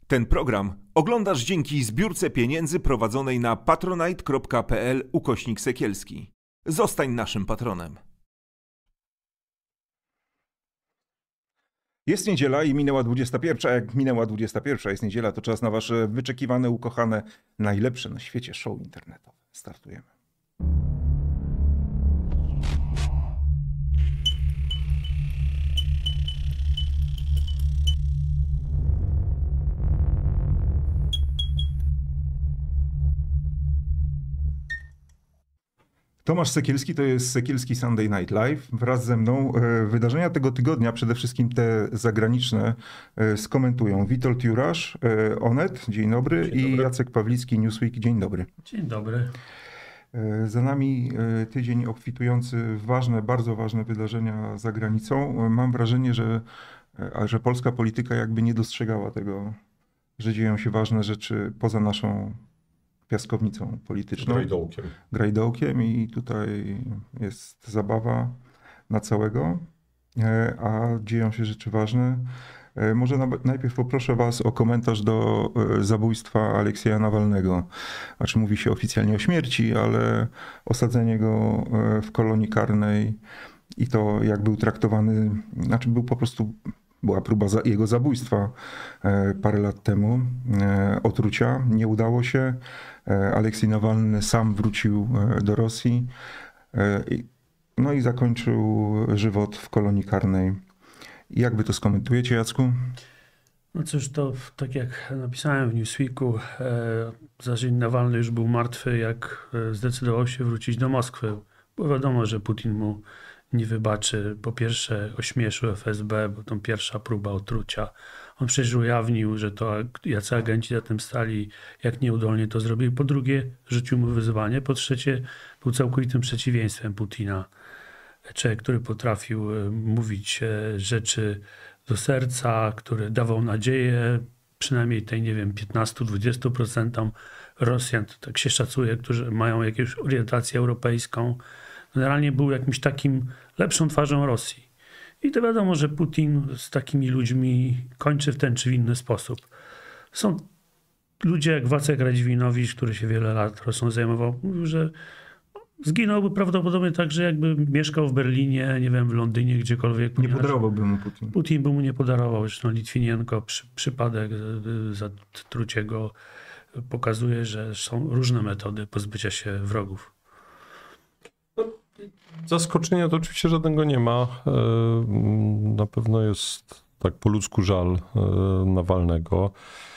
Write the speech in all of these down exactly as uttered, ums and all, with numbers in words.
Ten program oglądasz dzięki zbiórce pieniędzy prowadzonej na patronite.pl ukośnik Sekielski. Zostań naszym patronem. Jest niedziela i minęła dwudziesta pierwsza, a jak minęła dwudziesta pierwsza, jest niedziela, to czas na wasze wyczekiwane, ukochane, najlepsze na świecie show internetowe. Startujemy. Tomasz Sekielski, to jest Sekielski Sunday Night Live. Wraz ze mną wydarzenia tego tygodnia, przede wszystkim te zagraniczne, skomentują Witold Jurasz, Onet, dzień dobry, dzień dobry. I Jacek Pawlicki, Newsweek, dzień dobry. Dzień dobry. Za nami tydzień obfitujący w ważne, bardzo ważne wydarzenia za granicą. Mam wrażenie, że, że polska polityka jakby nie dostrzegała tego, że dzieją się ważne rzeczy poza naszą piaskownicą polityczną. Grajdołkiem. Grajdołkiem i tutaj jest zabawa na całego, a dzieją się rzeczy ważne. Może najpierw poproszę was o komentarz do zabójstwa Aleksieja Nawalnego. Znaczy mówi się oficjalnie o śmierci, ale osadzenie go w kolonii karnej i to jak był traktowany, znaczy był po prostu, była próba jego zabójstwa parę lat temu, otrucia, nie udało się. Aleksiej Nawalny sam wrócił do Rosji, no i zakończył żywot w kolonii karnej. Jak wy to skomentujecie, Jacku? No cóż, to tak jak napisałem w Newsweeku, zanim Nawalny już był martwy, jak zdecydował się wrócić do Moskwy. Bo wiadomo, że Putin mu nie wybaczy. Po pierwsze ośmieszył F S B, bo to pierwsza próba otrucia. On przecież ujawnił, że to jacy agenci za tym stali, jak nieudolnie to zrobili. Po drugie rzucił mu wyzwanie. Po trzecie był całkowitym przeciwieństwem Putina. Człowiek, który potrafił mówić rzeczy do serca, który dawał nadzieję przynajmniej tej, nie wiem, piętnaście do dwudziestu procent Rosjan, to tak się szacuje, którzy mają jakąś orientację europejską. Generalnie był jakimś takim lepszą twarzą Rosji. I to wiadomo, że Putin z takimi ludźmi kończy w ten czy w inny sposób. Są ludzie jak Wacek Radziwinowicz, który się wiele lat Rosją zajmował, mówił, że zginąłby prawdopodobnie tak, że jakby mieszkał w Berlinie, nie wiem, w Londynie, gdziekolwiek. Nie podarowałby mu Putin. Putin by mu nie podarował. Zresztą Litwinienko, przy, przypadek zatrucia go pokazuje, że są różne metody pozbycia się wrogów. Zaskoczenia to oczywiście żadnego nie ma. Na pewno jest tak po ludzku żal Nawalnego,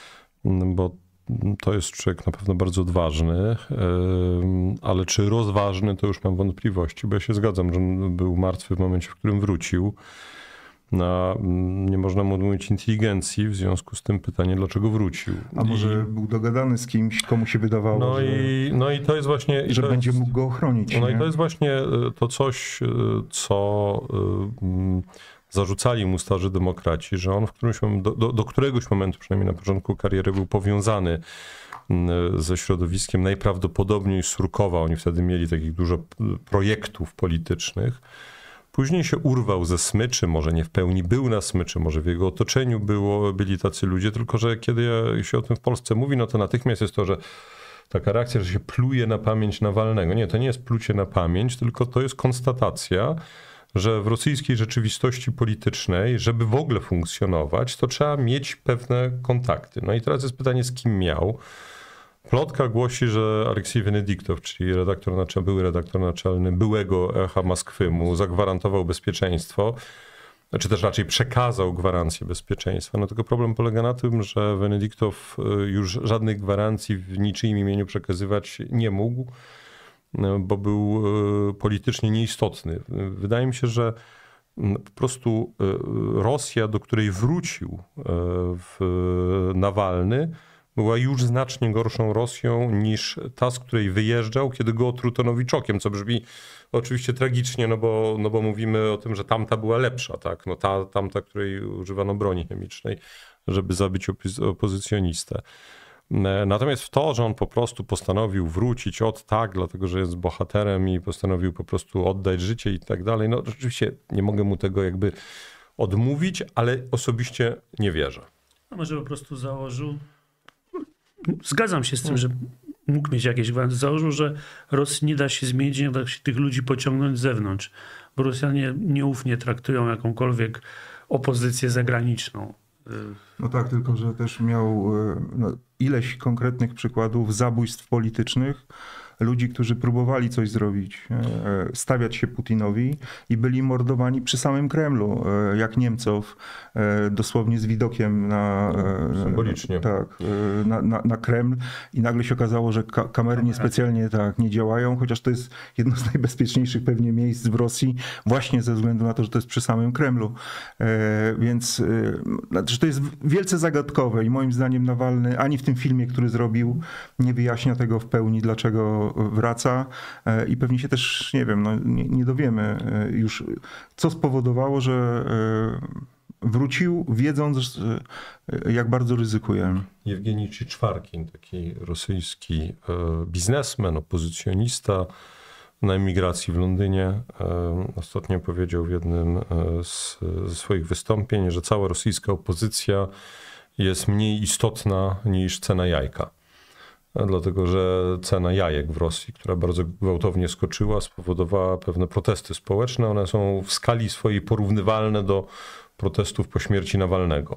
bo to jest człowiek na pewno bardzo odważny, ale czy rozważny, to już mam wątpliwości, bo ja się zgadzam, że on był martwy w momencie, w którym wrócił. Na, nie można mu odmówić inteligencji, w związku z tym pytanie, dlaczego wrócił. A może I, był dogadany z kimś, komu się wydawało, no że, i, no i to jest właśnie, że to będzie jest, mógł go ochronić. No nie? i to jest właśnie to coś, co zarzucali mu starzy demokraci, że on w którymś momencie, do, do, do któregoś momentu, przynajmniej na początku kariery, był powiązany ze środowiskiem najprawdopodobniej Surkowa. Oni wtedy mieli takich dużo projektów politycznych. Później się urwał ze smyczy, może nie w pełni był na smyczy, może w jego otoczeniu było, byli tacy ludzie, tylko że kiedy się o tym w Polsce mówi, no to natychmiast jest to, że taka reakcja, że się pluje na pamięć Nawalnego. Nie, to nie jest plucie na pamięć, tylko to jest konstatacja, że w rosyjskiej rzeczywistości politycznej, żeby w ogóle funkcjonować, to trzeba mieć pewne kontakty. No i teraz jest pytanie, z kim miał. Plotka głosi, że Aleksiej Wenedyktow, czyli redaktor naczelny, były redaktor naczelny byłego Echa Moskwy, mu zagwarantował bezpieczeństwo, czy też raczej przekazał gwarancję bezpieczeństwa. No tylko problem polega na tym, że Wenedyktow już żadnych gwarancji w niczyim imieniu przekazywać nie mógł, bo był politycznie nieistotny. Wydaje mi się, że po prostu Rosja, do której wrócił w Nawalny, była już znacznie gorszą Rosją niż ta, z której wyjeżdżał, kiedy go otruto nowiczokiem, co brzmi oczywiście tragicznie, no bo, no bo mówimy o tym, że tamta była lepsza, tak? No ta, tamta, której używano broni chemicznej, żeby zabić opozycjonistę. Natomiast w to, że on po prostu postanowił wrócić od tak, dlatego że jest bohaterem i postanowił po prostu oddać życie i tak dalej, no rzeczywiście nie mogę mu tego jakby odmówić, ale osobiście nie wierzę. A może po prostu założył, zgadzam się z tym, że mógł mieć jakieś gwarancje, założył, że Rosji nie da się zmienić, nie da się tych ludzi pociągnąć z zewnątrz, bo Rosjanie nieufnie traktują jakąkolwiek opozycję zagraniczną. No tak, tylko że też miał no, ileś konkretnych przykładów zabójstw politycznych, ludzi, którzy próbowali coś zrobić, stawiać się Putinowi i byli mordowani przy samym Kremlu, jak Niemcow, dosłownie z widokiem na, symbolicznie. Tak, na, na, na Kreml i nagle się okazało, że ka- kamery niespecjalnie tak nie działają, chociaż to jest jedno z najbezpieczniejszych pewnie miejsc w Rosji, właśnie ze względu na to, że to jest przy samym Kremlu. Więc znaczy to jest wielce zagadkowe i moim zdaniem Nawalny ani w tym filmie, który zrobił, nie wyjaśnia tego w pełni, dlaczego wraca i pewnie się też, nie wiem, no, nie, nie dowiemy już, co spowodowało, że wrócił, wiedząc, jak bardzo ryzykuje. Jewgenij Czyczwarkin, taki rosyjski biznesmen, opozycjonista na emigracji w Londynie, ostatnio powiedział w jednym z, ze swoich wystąpień, że cała rosyjska opozycja jest mniej istotna niż cena jajka. Dlatego, że cena jajek w Rosji, która bardzo gwałtownie skoczyła, spowodowała pewne protesty społeczne. One są w skali swojej porównywalne do protestów po śmierci Nawalnego.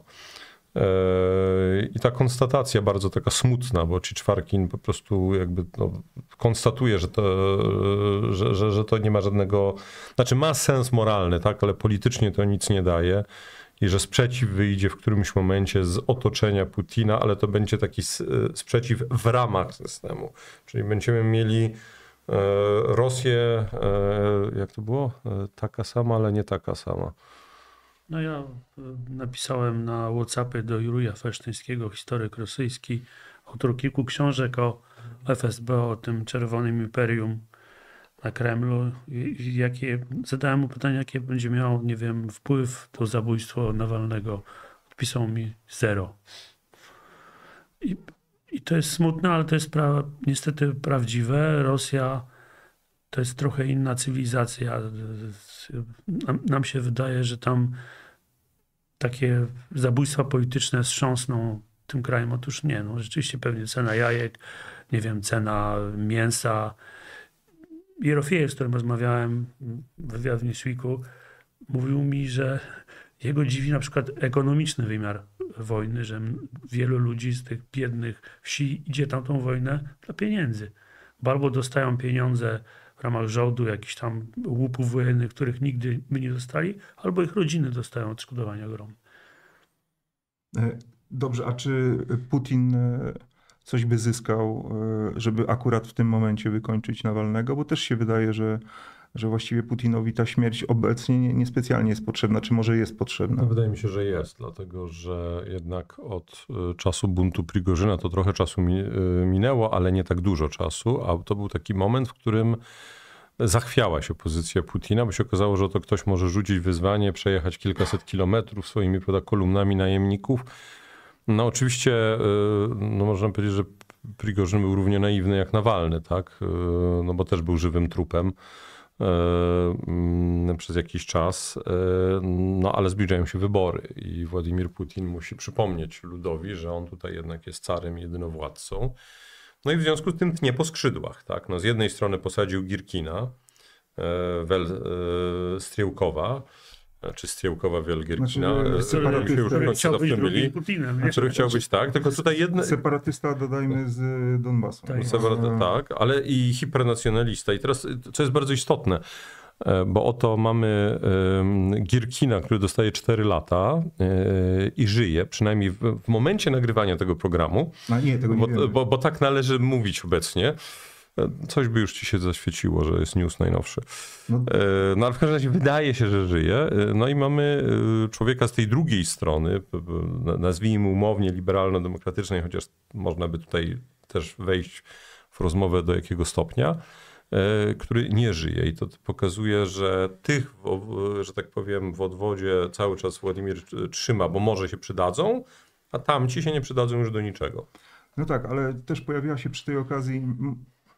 I ta konstatacja bardzo taka smutna, bo Czyczwarkin po prostu jakby no, konstatuje, że to, że, że, że to nie ma żadnego, znaczy ma sens moralny, tak, ale politycznie to nic nie daje. I że sprzeciw wyjdzie w którymś momencie z otoczenia Putina, ale to będzie taki sprzeciw w ramach systemu. Czyli będziemy mieli Rosję, jak to było? Taka sama, ale nie taka sama. No ja napisałem na WhatsAppie do Jurija Felsztyńskiego, historyk rosyjski, autor kilku książek o F S B, o tym czerwonym imperium na Kremlu. I jakie, zadałem mu pytanie, jakie będzie miało, nie wiem, wpływ to zabójstwo Nawalnego. Odpisał mi zero. I, i to jest smutne, ale to jest pra, niestety prawdziwe. Rosja to jest trochę inna cywilizacja. Nam, nam się wydaje, że tam takie zabójstwa polityczne wstrząsną tym krajem. Otóż nie. No, rzeczywiście pewnie cena jajek, nie wiem, cena mięsa. Jerofiejew, z którym rozmawiałem w wywiad w Newsweeku, mówił mi, że jego dziwi na przykład ekonomiczny wymiar wojny, że wielu ludzi z tych biednych wsi idzie tam tą wojnę dla pieniędzy. Bo albo dostają pieniądze w ramach żołdu, jakichś tam łupów wojennych, których nigdy by nie dostali, albo ich rodziny dostają odszkodowania ogromne. Dobrze, a czy Putin coś by zyskał, żeby akurat w tym momencie wykończyć Nawalnego? Bo też się wydaje, że, że właściwie Putinowi ta śmierć obecnie nie, niespecjalnie jest potrzebna, czy może jest potrzebna? No, wydaje mi się, że jest, dlatego że jednak od czasu buntu Prigorzyna to trochę czasu minęło, ale nie tak dużo czasu, a to był taki moment, w którym zachwiała się pozycja Putina, bo się okazało, że to ktoś może rzucić wyzwanie, przejechać kilkaset kilometrów swoimi prawda, kolumnami najemników. No oczywiście, no można powiedzieć, że Prigorzyn był równie naiwny jak Nawalny, tak? No bo też był żywym trupem przez jakiś czas, no ale zbliżają się wybory i Władimir Putin musi przypomnieć ludowi, że on tutaj jednak jest carem, jedynowładcą. No i w związku z tym tnie po skrzydłach, tak? No z jednej strony posadził Girkina, Wel Striełkowa, czy Striełkowa Wielgierkina, znaczy, który chciał być drugim Putinem. Który chciał być, tak, tylko tutaj jedne... Separatysta, dodajmy, z Donbasu. Tak, Separaty, tak, ale i hipernacjonalista. I teraz, co jest bardzo istotne, bo oto mamy Girkina, który dostaje cztery lata i żyje, przynajmniej w, w momencie nagrywania tego programu, A nie, tego nie bo, bo, bo tak należy mówić obecnie. Coś by już ci się zaświeciło, że jest news najnowszy. No, no ale w każdym razie wydaje się, że żyje. No i mamy człowieka z tej drugiej strony, nazwijmy umownie liberalno-demokratycznej, chociaż można by tutaj też wejść w rozmowę do jakiego stopnia, który nie żyje. I to pokazuje, że tych, że tak powiem, w odwodzie cały czas Władimir trzyma, bo może się przydadzą, a tamci się nie przydadzą już do niczego. No tak, ale też pojawiła się przy tej okazji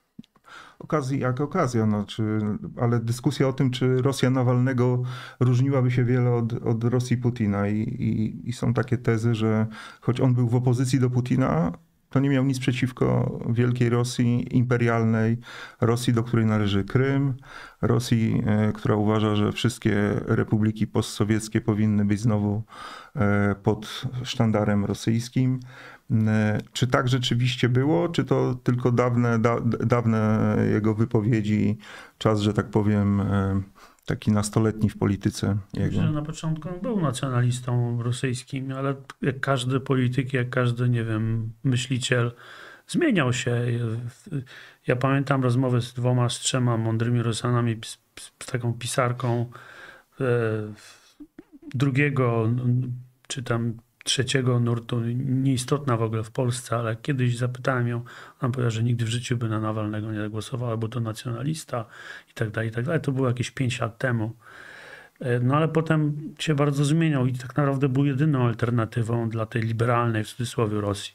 okazji jak okazja, no, czy, ale dyskusja o tym, czy Rosja Nawalnego różniłaby się wiele od, od Rosji Putina i, i, i są takie tezy, że choć on był w opozycji do Putina, to nie miał nic przeciwko wielkiej Rosji, imperialnej Rosji, do której należy Krym, Rosji, która uważa, że wszystkie republiki postsowieckie powinny być znowu pod sztandarem rosyjskim. Czy tak rzeczywiście było, czy to tylko dawne, da, dawne jego wypowiedzi, czas, że tak powiem, taki nastoletni w polityce jego? Myślę, że na początku on był nacjonalistą rosyjskim, ale jak każdy polityk, jak każdy, nie wiem, myśliciel, zmieniał się. Ja pamiętam rozmowę z dwoma, z trzema mądrymi Rosjanami, z, z taką pisarką e, drugiego, czy tam trzeciego nurtu, nieistotna w ogóle w Polsce, ale kiedyś zapytałem ją, ona powiedziała, że nigdy w życiu by na Nawalnego nie zagłosowała, bo to nacjonalista i tak dalej, i tak dalej. To było jakieś pięć lat temu. No ale potem się bardzo zmieniał i tak naprawdę był jedyną alternatywą dla tej liberalnej, w cudzysłowie, Rosji.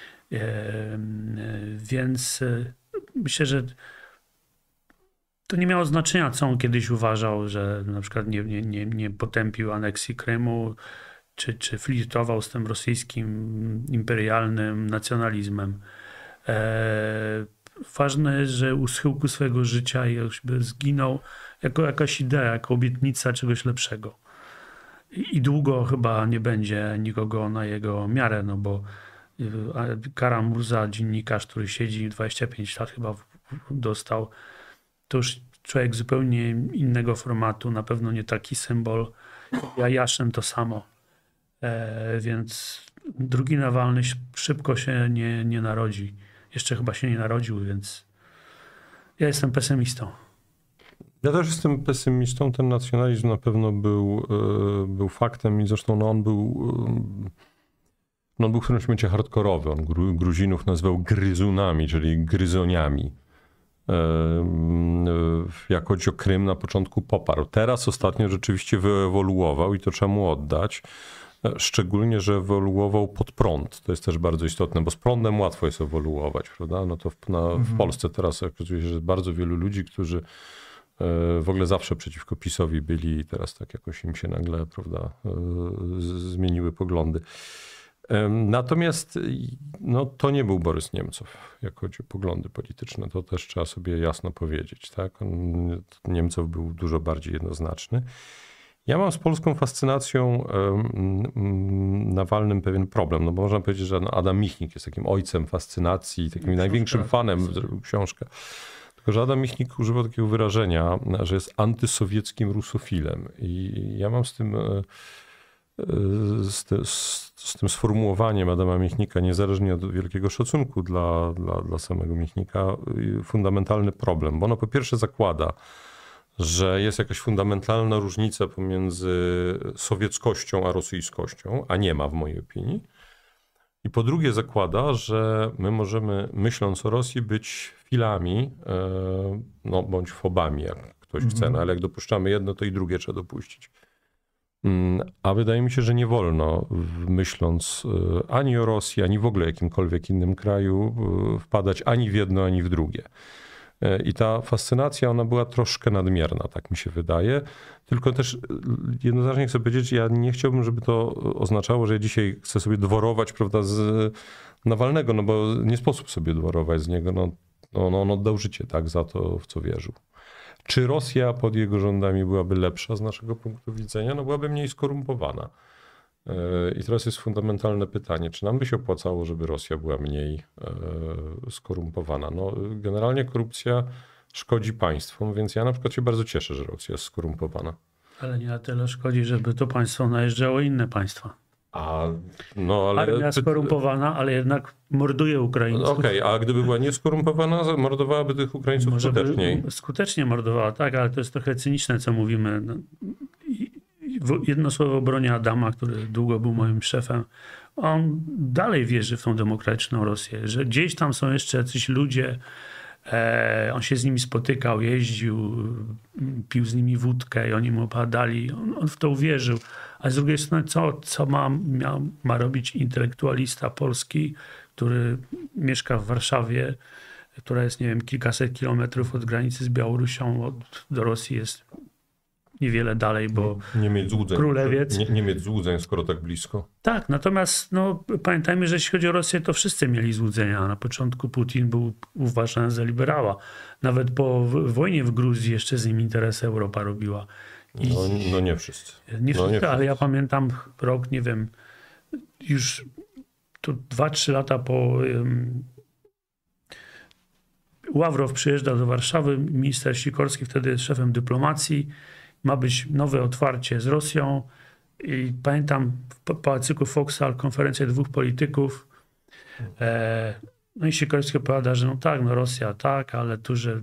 Więc myślę, że to nie miało znaczenia, co on kiedyś uważał, że na przykład nie, nie, nie, nie potępił aneksji Krymu, czy, czy flirtował z tym rosyjskim imperialnym nacjonalizmem. E, ważne jest, że u schyłku swojego życia jakby zginął jako jakaś idea, jako obietnica czegoś lepszego. I, i długo chyba nie będzie nikogo na jego miarę, no bo Kara Murza, dziennikarz, który siedzi dwadzieścia pięć lat chyba dostał, to już człowiek zupełnie innego formatu, na pewno nie taki symbol. Ja Jaszyn to samo. E, więc drugi Nawalny szybko się nie, nie narodzi. Jeszcze chyba się nie narodził, więc ja jestem pesymistą. Ja też jestem pesymistą. Ten nacjonalizm na pewno był, był faktem i zresztą no on był no on był w którymś momencie hardkorowy. On Gru, Gruzinów nazywał gryzunami, czyli gryzoniami. Jak chodzi o Krym, na początku poparł. Teraz ostatnio rzeczywiście wyewoluował i to trzeba mu oddać. Szczególnie, że ewoluował pod prąd. To jest też bardzo istotne, bo z prądem łatwo jest ewoluować, prawda? No to w, na, mhm. w Polsce teraz okazuje się, że bardzo wielu ludzi, którzy w ogóle zawsze przeciwko PiS-owi byli i teraz tak jakoś im się nagle, prawda, zmieniły poglądy. Natomiast no, to nie był Borys Niemcow, jak chodzi o poglądy polityczne. To też trzeba sobie jasno powiedzieć. Tak? On, Niemcow był dużo bardziej jednoznaczny. Ja mam z polską fascynacją um, Nawalnym pewien problem, no bo można powiedzieć, że Adam Michnik jest takim ojcem fascynacji, takim książka, największym fanem, zrobił książkę. Tylko że Adam Michnik używał takiego wyrażenia, że jest antysowieckim rusofilem. I ja mam z tym, z, te, z tym sformułowaniem Adama Michnika, niezależnie od wielkiego szacunku dla, dla, dla samego Michnika, fundamentalny problem. Bo ono po pierwsze zakłada, że jest jakaś fundamentalna różnica pomiędzy sowieckością a rosyjskością, a nie ma w mojej opinii. I po drugie zakłada, że my możemy, myśląc o Rosji, być filami, no bądź fobami, jak ktoś mm-hmm. chce, no, ale jak dopuszczamy jedno, to i drugie trzeba dopuścić. A wydaje mi się, że nie wolno, myśląc ani o Rosji, ani w ogóle jakimkolwiek innym kraju, wpadać ani w jedno, ani w drugie. I ta fascynacja, ona była troszkę nadmierna, tak mi się wydaje. Tylko też jednoznacznie chcę powiedzieć, ja nie chciałbym, żeby to oznaczało, że ja dzisiaj chcę sobie dworować, prawda, z Nawalnego, no bo nie sposób sobie dworować z niego. No, no, on oddał życie, tak, za to, w co wierzył. Czy Rosja pod jego rządami byłaby lepsza z naszego punktu widzenia? No byłaby mniej skorumpowana. I teraz jest fundamentalne pytanie, czy nam by się opłacało, żeby Rosja była mniej skorumpowana? No, generalnie korupcja szkodzi państwom, więc ja na przykład się bardzo cieszę, że Rosja jest skorumpowana. Ale nie na tyle szkodzi, żeby to państwo najeżdżało inne państwa. A, no, ale... Armia skorumpowana, ale jednak morduje Ukraińców. Okej, okay, a gdyby była nieskorumpowana, mordowałaby tych Ukraińców Może skuteczniej. Skutecznie mordowała, tak, ale to jest trochę cyniczne, co mówimy. No, jedno słowo bronię Adama, który długo był moim szefem. On dalej wierzy w tą demokratyczną Rosję, że gdzieś tam są jeszcze jacyś ludzie, e, on się z nimi spotykał, jeździł, pił z nimi wódkę i oni mu opadali. On, on w to uwierzył. A z drugiej strony, co, co ma, miał, ma robić intelektualista polski, który mieszka w Warszawie, która jest, nie wiem, kilkaset kilometrów od granicy z Białorusią, od, do Rosji jest niewiele dalej, bo nie mieć złudzeń, królewiec... Nie, nie mieć złudzeń, skoro tak blisko. Tak, natomiast no, pamiętajmy, że jeśli chodzi o Rosję, to wszyscy mieli złudzenia. Na początku Putin był uważany za liberała. Nawet po w, wojnie w Gruzji jeszcze z nim interesy Europa robiła. I no, no nie wszyscy. Nie wszyscy, no nie ale ja pamiętam rok, nie wiem, już to dwa, trzy lata po... Um, Ławrow przyjeżdża do Warszawy, minister Sikorski wtedy jest szefem dyplomacji. Ma być nowe otwarcie z Rosją i pamiętam w Pałacyku Foksal konferencję dwóch polityków. E, no i Sikorski opowiada, że no tak, no Rosja tak, ale tu, że,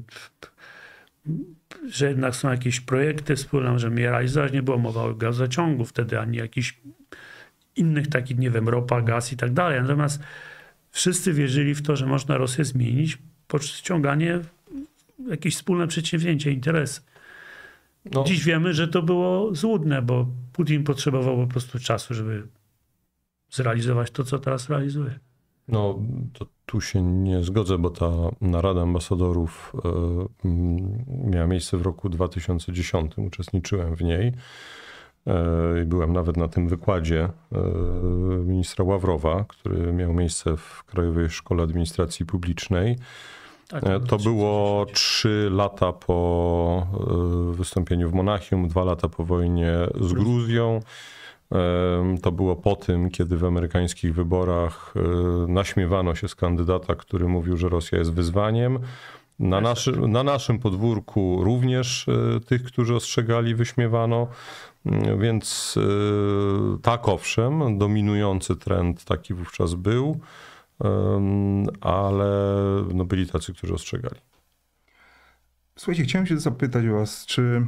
że jednak są jakieś projekty wspólne, możemy je realizować. Nie było mowy o gazociągu wtedy, ani jakichś innych takich, nie wiem, ropa, gaz i tak dalej. Natomiast wszyscy wierzyli w to, że można Rosję zmienić poprzez ściąganie jakieś wspólne przedsięwzięcia, interesy. No. Dziś wiemy, że to było złudne, bo Putin potrzebował po prostu czasu, żeby zrealizować to, co teraz realizuje. No, to tu się nie zgodzę, bo ta narada ambasadorów y, miała miejsce w roku dwa tysiące dziesiątym. Uczestniczyłem w niej i y, byłem nawet na tym wykładzie y, ministra Ławrowa, który miał miejsce w Krajowej Szkole Administracji Publicznej. To było trzy lata po wystąpieniu w Monachium, dwa lata po wojnie z Gruzją. To było po tym, kiedy w amerykańskich wyborach naśmiewano się z kandydata, który mówił, że Rosja jest wyzwaniem. Na, naszy, na naszym podwórku również tych, którzy ostrzegali, wyśmiewano. Więc tak, owszem, dominujący trend taki wówczas był. Ale no byli tacy, którzy ostrzegali. Słuchajcie, chciałem się zapytać was, czy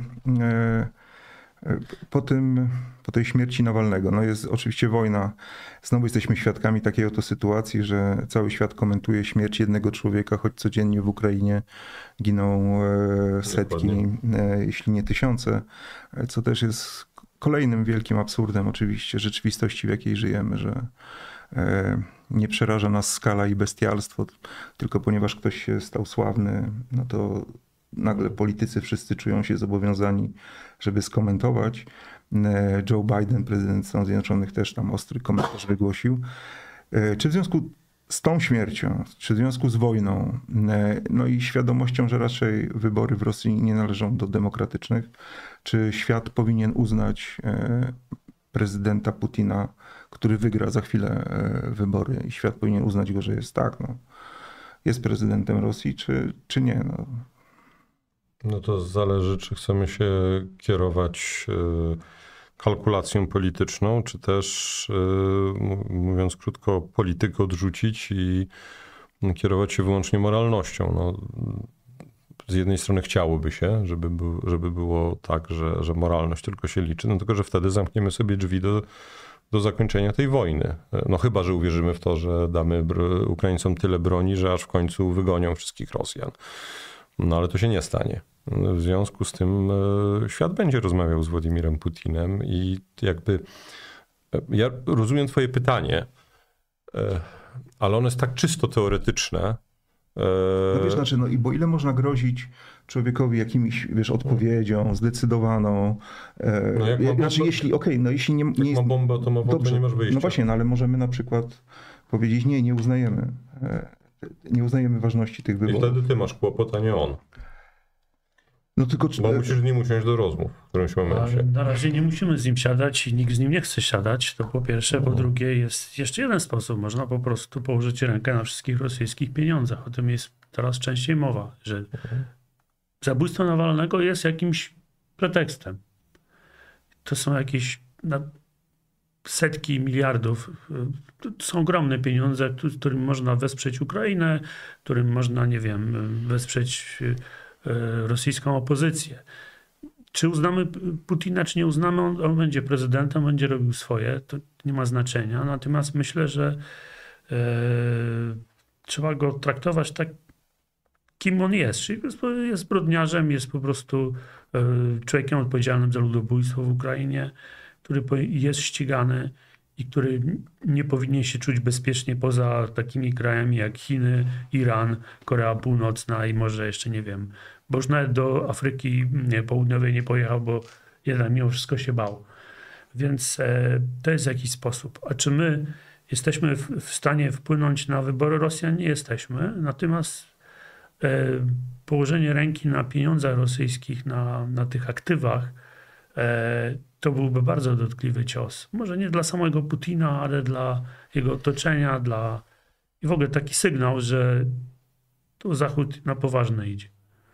po, tym, po tej śmierci Nawalnego, no jest oczywiście wojna, znowu jesteśmy świadkami takiej oto sytuacji, że cały świat komentuje śmierć jednego człowieka, choć codziennie w Ukrainie giną setki, Dokładnie. jeśli nie tysiące, co też jest kolejnym wielkim absurdem oczywiście rzeczywistości, w jakiej żyjemy, że nie przeraża nas skala i bestialstwo, tylko ponieważ ktoś się stał sławny, no to nagle politycy wszyscy czują się zobowiązani, żeby skomentować. Joe Biden, prezydent Stanów Zjednoczonych, też tam ostry komentarz wygłosił. Czy w związku z tą śmiercią, czy w związku z wojną, no i świadomością, że raczej wybory w Rosji nie należą do demokratycznych, czy świat powinien uznać prezydenta Putina, który wygra za chwilę wybory i świat powinien uznać go, że jest tak, no, jest prezydentem Rosji, czy, czy nie? No. no to zależy, czy chcemy się kierować kalkulacją polityczną, czy też, mówiąc krótko, politykę odrzucić i kierować się wyłącznie moralnością. No, z jednej strony chciałoby się, żeby, był, żeby było tak, że, że moralność tylko się liczy, no tylko że wtedy zamkniemy sobie drzwi do, do zakończenia tej wojny. No chyba, że uwierzymy w to, że damy Ukraińcom tyle broni, że aż w końcu wygonią wszystkich Rosjan. No ale to się nie stanie. W związku z tym świat będzie rozmawiał z Władimirem Putinem i jakby ja rozumiem twoje pytanie, ale ono jest tak czysto teoretyczne. No wiesz, znaczy, no i bo ile można grozić człowiekowi jakimiś, wiesz, odpowiedzią zdecydowaną. No jak ma znaczy, bombę, jeśli, okej, okay, no jeśli nie, nie jak ma bombę atomową, dobrze, to nie masz wyjścia. No właśnie, no ale możemy na przykład powiedzieć, nie, nie uznajemy. Nie uznajemy ważności tych wyborów. I wtedy ty masz kłopot, a nie on. No tylko, Bo musisz z nim usiąść do rozmów w którymś momencie. Ale na razie nie musimy z nim siadać i nikt z nim nie chce siadać. To po pierwsze. Po drugie jest jeszcze jeden sposób. Można po prostu położyć rękę na wszystkich rosyjskich pieniądzach. O tym jest teraz częściej mowa, że zabójstwo Nawalnego jest jakimś pretekstem. To są jakieś setki miliardów. To są ogromne pieniądze, którym można wesprzeć Ukrainę, którym można, nie wiem, wesprzeć rosyjską opozycję. Czy uznamy Putina, czy nie uznamy, on, on będzie prezydentem, będzie robił swoje, to nie ma znaczenia. Natomiast myślę, że e, trzeba go traktować tak, kim on jest. Czyli jest zbrodniarzem, jest po prostu e, człowiekiem odpowiedzialnym za ludobójstwo w Ukrainie, który jest ścigany i który nie powinien się czuć bezpiecznie poza takimi krajami jak Chiny, Iran, Korea Północna i może jeszcze nie wiem, bo już nawet do Afryki Południowej nie pojechał, bo jednak mimo wszystko się bał. Więc e, to jest jakiś sposób. A czy my jesteśmy w, w stanie wpłynąć na wybory Rosjan? Nie jesteśmy. Natomiast e, położenie ręki na pieniądzach rosyjskich, na, na tych aktywach, e, to byłby bardzo dotkliwy cios. Może nie dla samego Putina, ale dla jego otoczenia, dla i w ogóle taki sygnał, że tu Zachód na poważne idzie.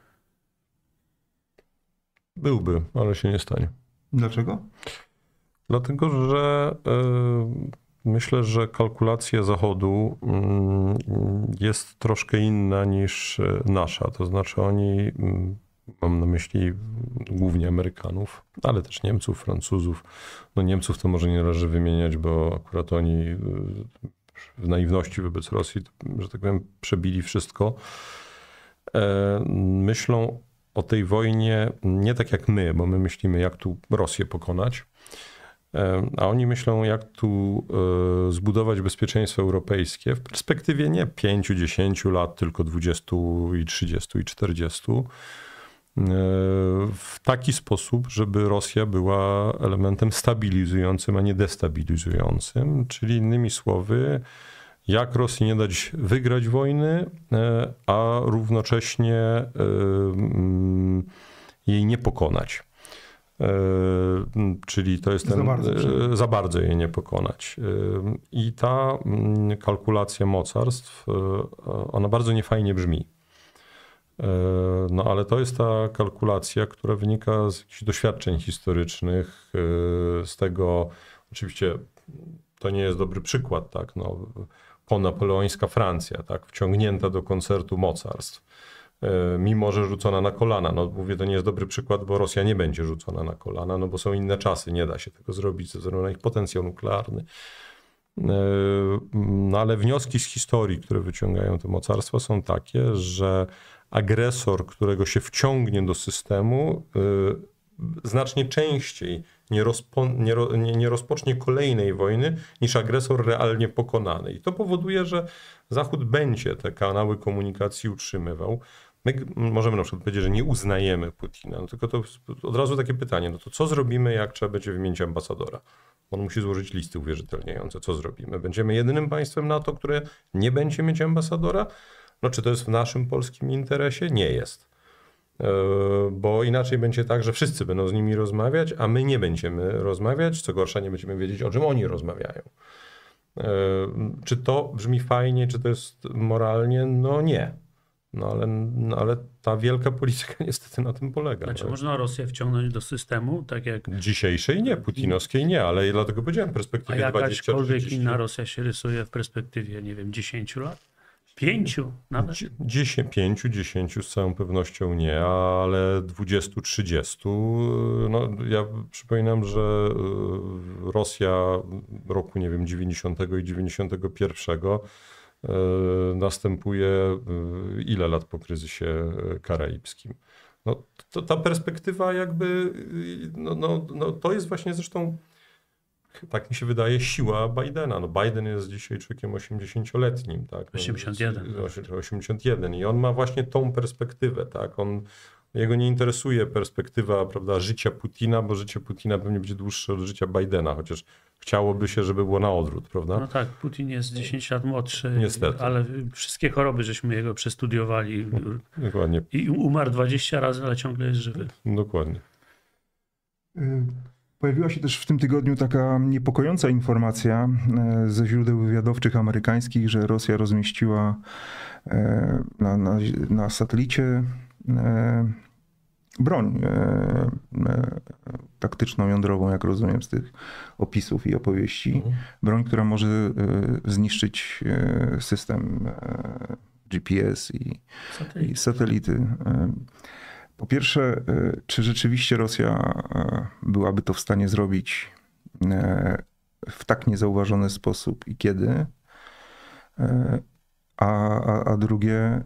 Byłby, ale się nie stanie. Dlaczego? Dlatego, że y, myślę, że kalkulacja Zachodu y, jest troszkę inna niż nasza. To znaczy oni, y, mam na myśli głównie Amerykanów, ale też Niemców, Francuzów. No Niemców to może nie należy wymieniać, bo akurat oni y, w naiwności wobec Rosji, że tak powiem, przebili wszystko. Y, myślą o tej wojnie nie tak jak my, bo my myślimy, jak tu Rosję pokonać, a oni myślą, jak tu zbudować bezpieczeństwo europejskie w perspektywie nie pięciu, dziesięciu lat, tylko dwudziestu i trzydziestu i czterdziestu. W taki sposób, żeby Rosja była elementem stabilizującym, a nie destabilizującym. Czyli innymi słowy, jak Rosji nie dać wygrać wojny, a równocześnie jej nie pokonać. Czyli to jest ten, za bardzo, za bardzo jej nie pokonać. I ta kalkulacja mocarstw, ona bardzo niefajnie brzmi. No ale to jest ta kalkulacja, która wynika z jakichś doświadczeń historycznych, z tego, oczywiście to nie jest dobry przykład, tak, no, ponapoleońska Francja, tak, wciągnięta do koncertu mocarstw, mimo że rzucona na kolana. No mówię, to nie jest dobry przykład, bo Rosja nie będzie rzucona na kolana, no bo są inne czasy, nie da się tego zrobić ze względu na ich potencjał nuklearny. No ale wnioski z historii, które wyciągają te mocarstwa, są takie, że agresor, którego się wciągnie do systemu, znacznie częściej nie, rozpo, nie, nie, nie rozpocznie kolejnej wojny niż agresor realnie pokonany. I to powoduje, że Zachód będzie te kanały komunikacji utrzymywał. My możemy na przykład powiedzieć, że nie uznajemy Putina, no tylko to od razu takie pytanie, no to co zrobimy, jak trzeba będzie wymienić ambasadora? On musi złożyć listy uwierzytelniające. Co zrobimy? Będziemy jedynym państwem NATO, które nie będzie mieć ambasadora? No czy to jest w naszym polskim interesie? Nie jest. Bo inaczej będzie tak, że wszyscy będą z nimi rozmawiać, a my nie będziemy rozmawiać. Co gorsza, nie będziemy wiedzieć, o czym oni rozmawiają. Czy to brzmi fajnie, czy to jest moralnie? No nie. No ale, no ale ta wielka polityka niestety na tym polega. Znaczy no. można Rosję wciągnąć do systemu, tak jak... Dzisiejszej nie, putinowskiej nie, ale dlatego powiedziałem w A perspektywie dwadzieścia jakakolwiek trzydzieści. inna Rosja się rysuje w perspektywie, nie wiem, dziesięciu lat? Pięciu nawet? dziesięć, pięciu, dziesięciu z całą pewnością nie, ale dwudziestu, trzydziestu. No, ja przypominam, że Rosja roku, nie wiem, dziewięćdziesiątego i dziewięćdziesiątego pierwszego następuje ile lat po kryzysie karaibskim. No, to, ta perspektywa jakby, no, no, no, to jest właśnie zresztą, tak mi się wydaje, siła Bidena. No Biden jest dzisiaj człowiekiem osiemdziesięcioletnim. Tak? No, osiemdziesiąt jeden. osiemdziesiąt jeden. I on ma właśnie tą perspektywę. Tak? On, jego nie interesuje perspektywa, prawda, życia Putina, bo życie Putina pewnie będzie dłuższe od życia Bidena, chociaż chciałoby się, żeby było na odwrót, prawda? No tak, Putin jest dziesięć lat młodszy, Niestety. ale wszystkie choroby żeśmy jego przestudiowali. Dokładnie. I umarł dwadzieścia razy, ale ciągle jest żywy. Dokładnie. Pojawiła się też w tym tygodniu taka niepokojąca informacja ze źródeł wywiadowczych amerykańskich, że Rosja rozmieściła na, na, na satelicie broń taktyczną, jądrową, jak rozumiem z tych opisów i opowieści. Broń, która może zniszczyć system G P S i satelity. I satelity. Po pierwsze, czy rzeczywiście Rosja byłaby to w stanie zrobić w tak niezauważony sposób i kiedy? A, a, a drugie,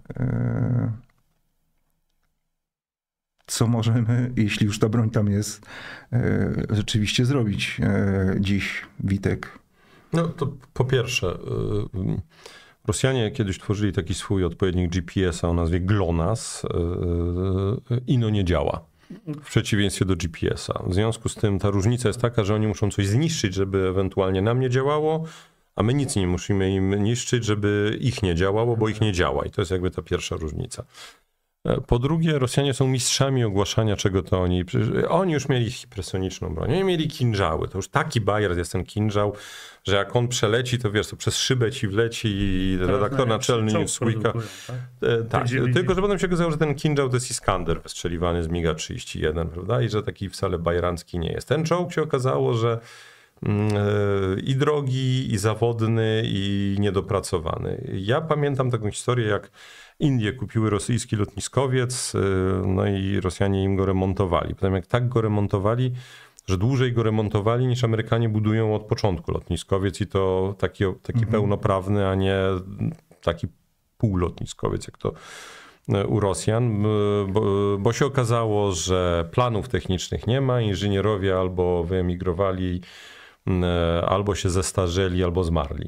co możemy, jeśli już ta broń tam jest, rzeczywiście zrobić dziś, Witek? No to po pierwsze, Rosjanie kiedyś tworzyli taki swój odpowiednik G P S a o nazwie GLONASS i no nie działa. W przeciwieństwie do G P S a. W związku z tym ta różnica jest taka, że oni muszą coś zniszczyć, żeby ewentualnie nam nie działało, a my nic nie musimy im niszczyć, żeby ich nie działało, bo ich nie działa. I to jest jakby ta pierwsza różnica. Po drugie, Rosjanie są mistrzami ogłaszania, czego to oni... Oni już mieli hipersoniczną broń, oni mieli kinżały. To już taki bajer jest ten kinżał, że jak on przeleci, to wiesz, to przez szybę ci wleci i Teraz redaktor naczelny Newsweeka... Tak, e, tak tylko że potem się okazało, że ten kinżał to jest Iskander wystrzeliwany z miga trzydzieści jeden, prawda? I że taki wcale bajerancki nie jest. Ten czołg się okazało, że i drogi, i zawodny, i niedopracowany. Ja pamiętam taką historię, jak Indie kupiły rosyjski lotniskowiec, no i Rosjanie im go remontowali. Potem jak tak go remontowali, że dłużej go remontowali niż Amerykanie budują od początku lotniskowiec i to taki, taki mhm. pełnoprawny, a nie taki półlotniskowiec, jak to u Rosjan, bo, bo się okazało, że planów technicznych nie ma, inżynierowie albo wyemigrowali, albo się zestarzeli, albo zmarli.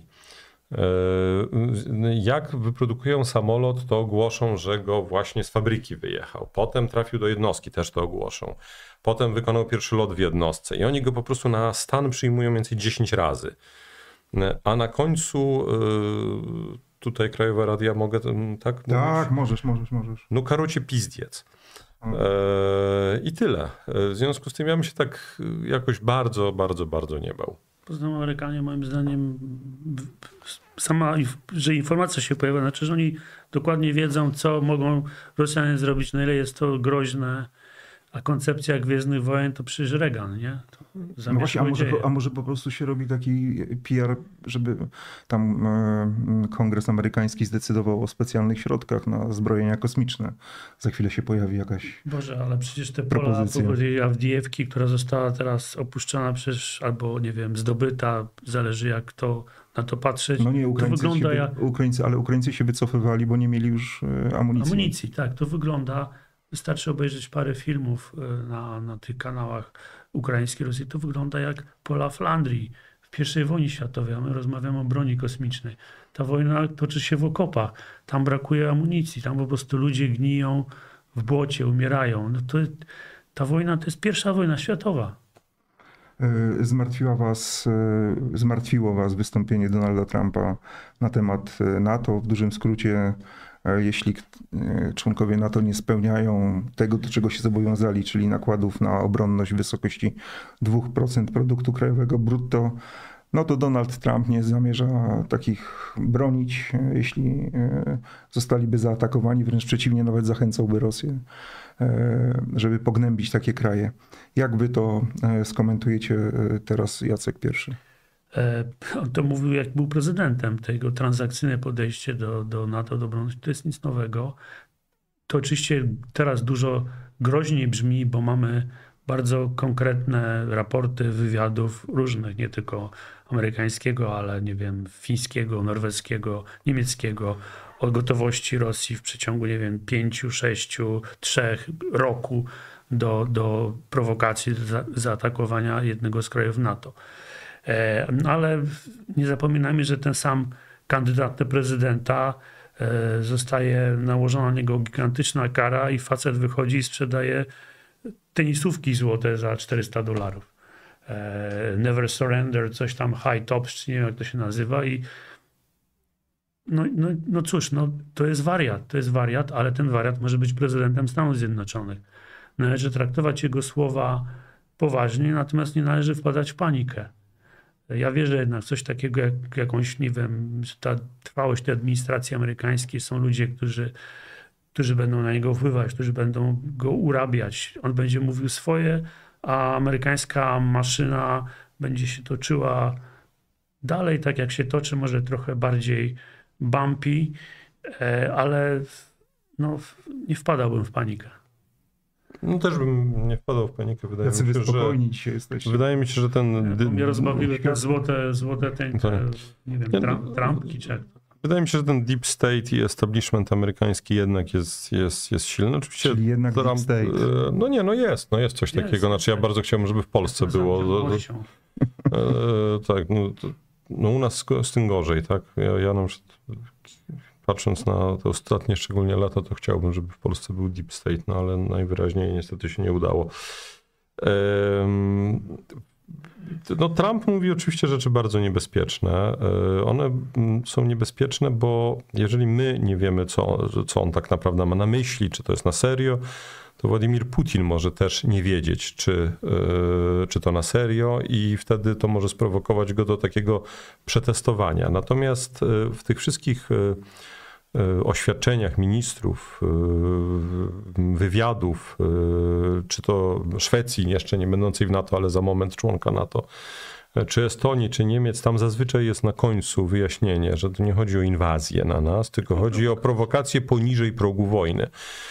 Jak wyprodukują samolot, to ogłoszą, że go właśnie z fabryki wyjechał. Potem trafił do jednostki, też to ogłoszą. Potem wykonał pierwszy lot w jednostce i oni go po prostu na stan przyjmują mniej więcej dziesięć razy. A na końcu tutaj Krajowa Radia mogę, tak? Tak, możesz, możesz, możesz. No karocie pizdiec. I tyle. W związku z tym ja bym się tak jakoś bardzo, bardzo, bardzo nie bał. Poza tym Amerykanie moim zdaniem sama, że informacja się pojawia, znaczy, że oni dokładnie wiedzą, co mogą Rosjanie zrobić, na ile jest to groźne, a koncepcja Gwiezdnych Wojen to przecież Reagan, nie? To no właśnie, a może, a może po prostu się robi taki P R, żeby tam e, Kongres amerykański zdecydował o specjalnych środkach na zbrojenia kosmiczne. Za chwilę się pojawi jakaś Boże, ale przecież te pola powyżej Awdijewki, która została teraz opuszczona przez, albo nie wiem, zdobyta, zależy jak to na to patrzeć. No nie, Ukraińcy, to wygląda się, jak... Ukraińcy, ale Ukraińcy się wycofywali, bo nie mieli już amunicji. Amunicji, tak. To wygląda... Wystarczy obejrzeć parę filmów na, na tych kanałach ukraińskiej Rosji. To wygląda jak pola Flandrii w pierwszej wojnie światowej, a my rozmawiamy o broni kosmicznej. Ta wojna toczy się w okopach. Tam brakuje amunicji. Tam po prostu ludzie gniją w błocie, umierają. No to, ta wojna to jest pierwsza wojna światowa. Zmartwiła was, zmartwiło was wystąpienie Donalda Trumpa na temat NATO. W dużym skrócie, jeśli członkowie NATO nie spełniają tego, do czego się zobowiązali, czyli nakładów na obronność w wysokości dwa procent produktu krajowego brutto, no to Donald Trump nie zamierza takich bronić, jeśli zostaliby zaatakowani. Wręcz przeciwnie, nawet zachęcałby Rosję, żeby pognębić takie kraje. Jak wy to skomentujecie teraz, Jacek pierwszy? On to mówił, jak był prezydentem. To jego transakcyjne podejście do, do NATO, do obronności, to jest nic nowego. To oczywiście teraz dużo groźniej brzmi, bo mamy bardzo konkretne raporty wywiadów różnych, nie tylko amerykańskiego, ale nie wiem, fińskiego, norweskiego, niemieckiego, o gotowości Rosji w przeciągu, nie wiem, pięciu, sześciu, trzech roku do, do prowokacji, do za, zaatakowania jednego z krajów NATO. No ale nie zapominajmy, że ten sam kandydat na prezydenta zostaje nałożona na niego gigantyczna kara i facet wychodzi i sprzedaje tenisówki złote za czterysta dolarów. Never Surrender, coś tam High Tops, czy nie wiem jak to się nazywa. I no, no, no cóż, no, to jest wariat, to jest wariat, ale ten wariat może być prezydentem Stanów Zjednoczonych. Należy traktować jego słowa poważnie, natomiast nie należy wpadać w panikę. Ja wierzę jednak w coś takiego jak jakąś, nie wiem, że ta trwałość tej administracji amerykańskiej, są ludzie, którzy, którzy będą na niego wpływać, którzy będą go urabiać. On będzie mówił swoje, a amerykańska maszyna będzie się toczyła dalej, tak jak się toczy, może trochę bardziej bumpy, ale no, nie wpadałbym w panikę. No też bym nie wpadał w panikę. Wydaje Jacy mi się, spokojni że, dzisiaj jesteście. Wydaje mi się, że ten... Ja, mnie rozbawiły te złote, złote te, te, nie wiem, Trump, Trumpki czy jak to. Wydaje mi się, że ten deep state i establishment amerykański jednak jest, jest, jest silny. Oczywiście Czyli jednak Trump, deep state. No nie, no jest, no jest coś jest, takiego. Znaczy ja bardzo chciałbym, żeby w Polsce było. Do, do, e, tak, no, to, no u nas z, z tym gorzej, tak? Ja, ja na przykład, patrząc na te ostatnie szczególnie lata, to chciałbym, żeby w Polsce był deep state, no ale najwyraźniej niestety się nie udało. No Trump mówi oczywiście rzeczy bardzo niebezpieczne. One są niebezpieczne, bo jeżeli my nie wiemy, co, co on tak naprawdę ma na myśli, czy to jest na serio, to Władimir Putin może też nie wiedzieć, czy, czy to na serio i wtedy to może sprowokować go do takiego przetestowania. Natomiast w tych wszystkich oświadczeniach ministrów, wywiadów, czy to Szwecji, jeszcze nie będącej w NATO, ale za moment członka NATO, czy Estonii, czy Niemiec, tam zazwyczaj jest na końcu wyjaśnienie, że to nie chodzi o inwazję na nas, tylko chodzi o prowokację poniżej progu wojny.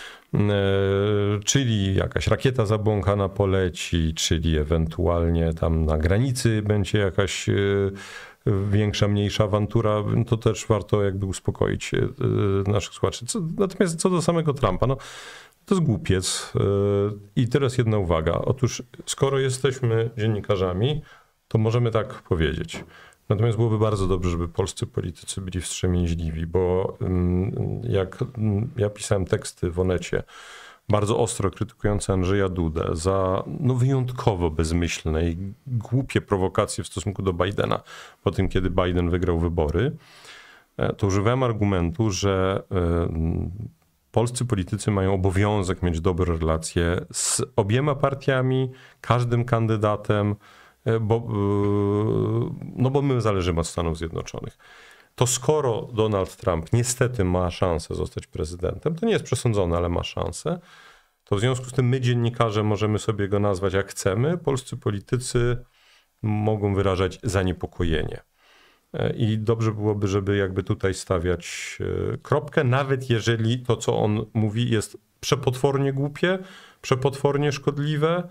Czyli jakaś rakieta zabłąkana poleci, czyli ewentualnie tam na granicy będzie jakaś większa, mniejsza awantura, to też warto jakby uspokoić naszych słuchaczy. Co, natomiast co do samego Trumpa, no to jest głupiec. I teraz jedna uwaga. Otóż skoro jesteśmy dziennikarzami, to możemy tak powiedzieć. Natomiast byłoby bardzo dobrze, żeby polscy politycy byli wstrzemięźliwi, bo jak ja pisałem teksty w Onecie, bardzo ostro krytykujące Andrzeja Dudę za no, wyjątkowo bezmyślne i głupie prowokacje w stosunku do Bidena po tym, kiedy Biden wygrał wybory, to używałem argumentu, że polscy politycy mają obowiązek mieć dobre relacje z obiema partiami, każdym kandydatem, bo, no bo my zależymy od Stanów Zjednoczonych. To skoro Donald Trump niestety ma szansę zostać prezydentem, to nie jest przesądzone, ale ma szansę, to w związku z tym my dziennikarze możemy sobie go nazwać jak chcemy, polscy politycy mogą wyrażać zaniepokojenie. I dobrze byłoby, żeby jakby tutaj stawiać kropkę, nawet jeżeli to, co on mówi, jest przepotwornie głupie, przepotwornie szkodliwe.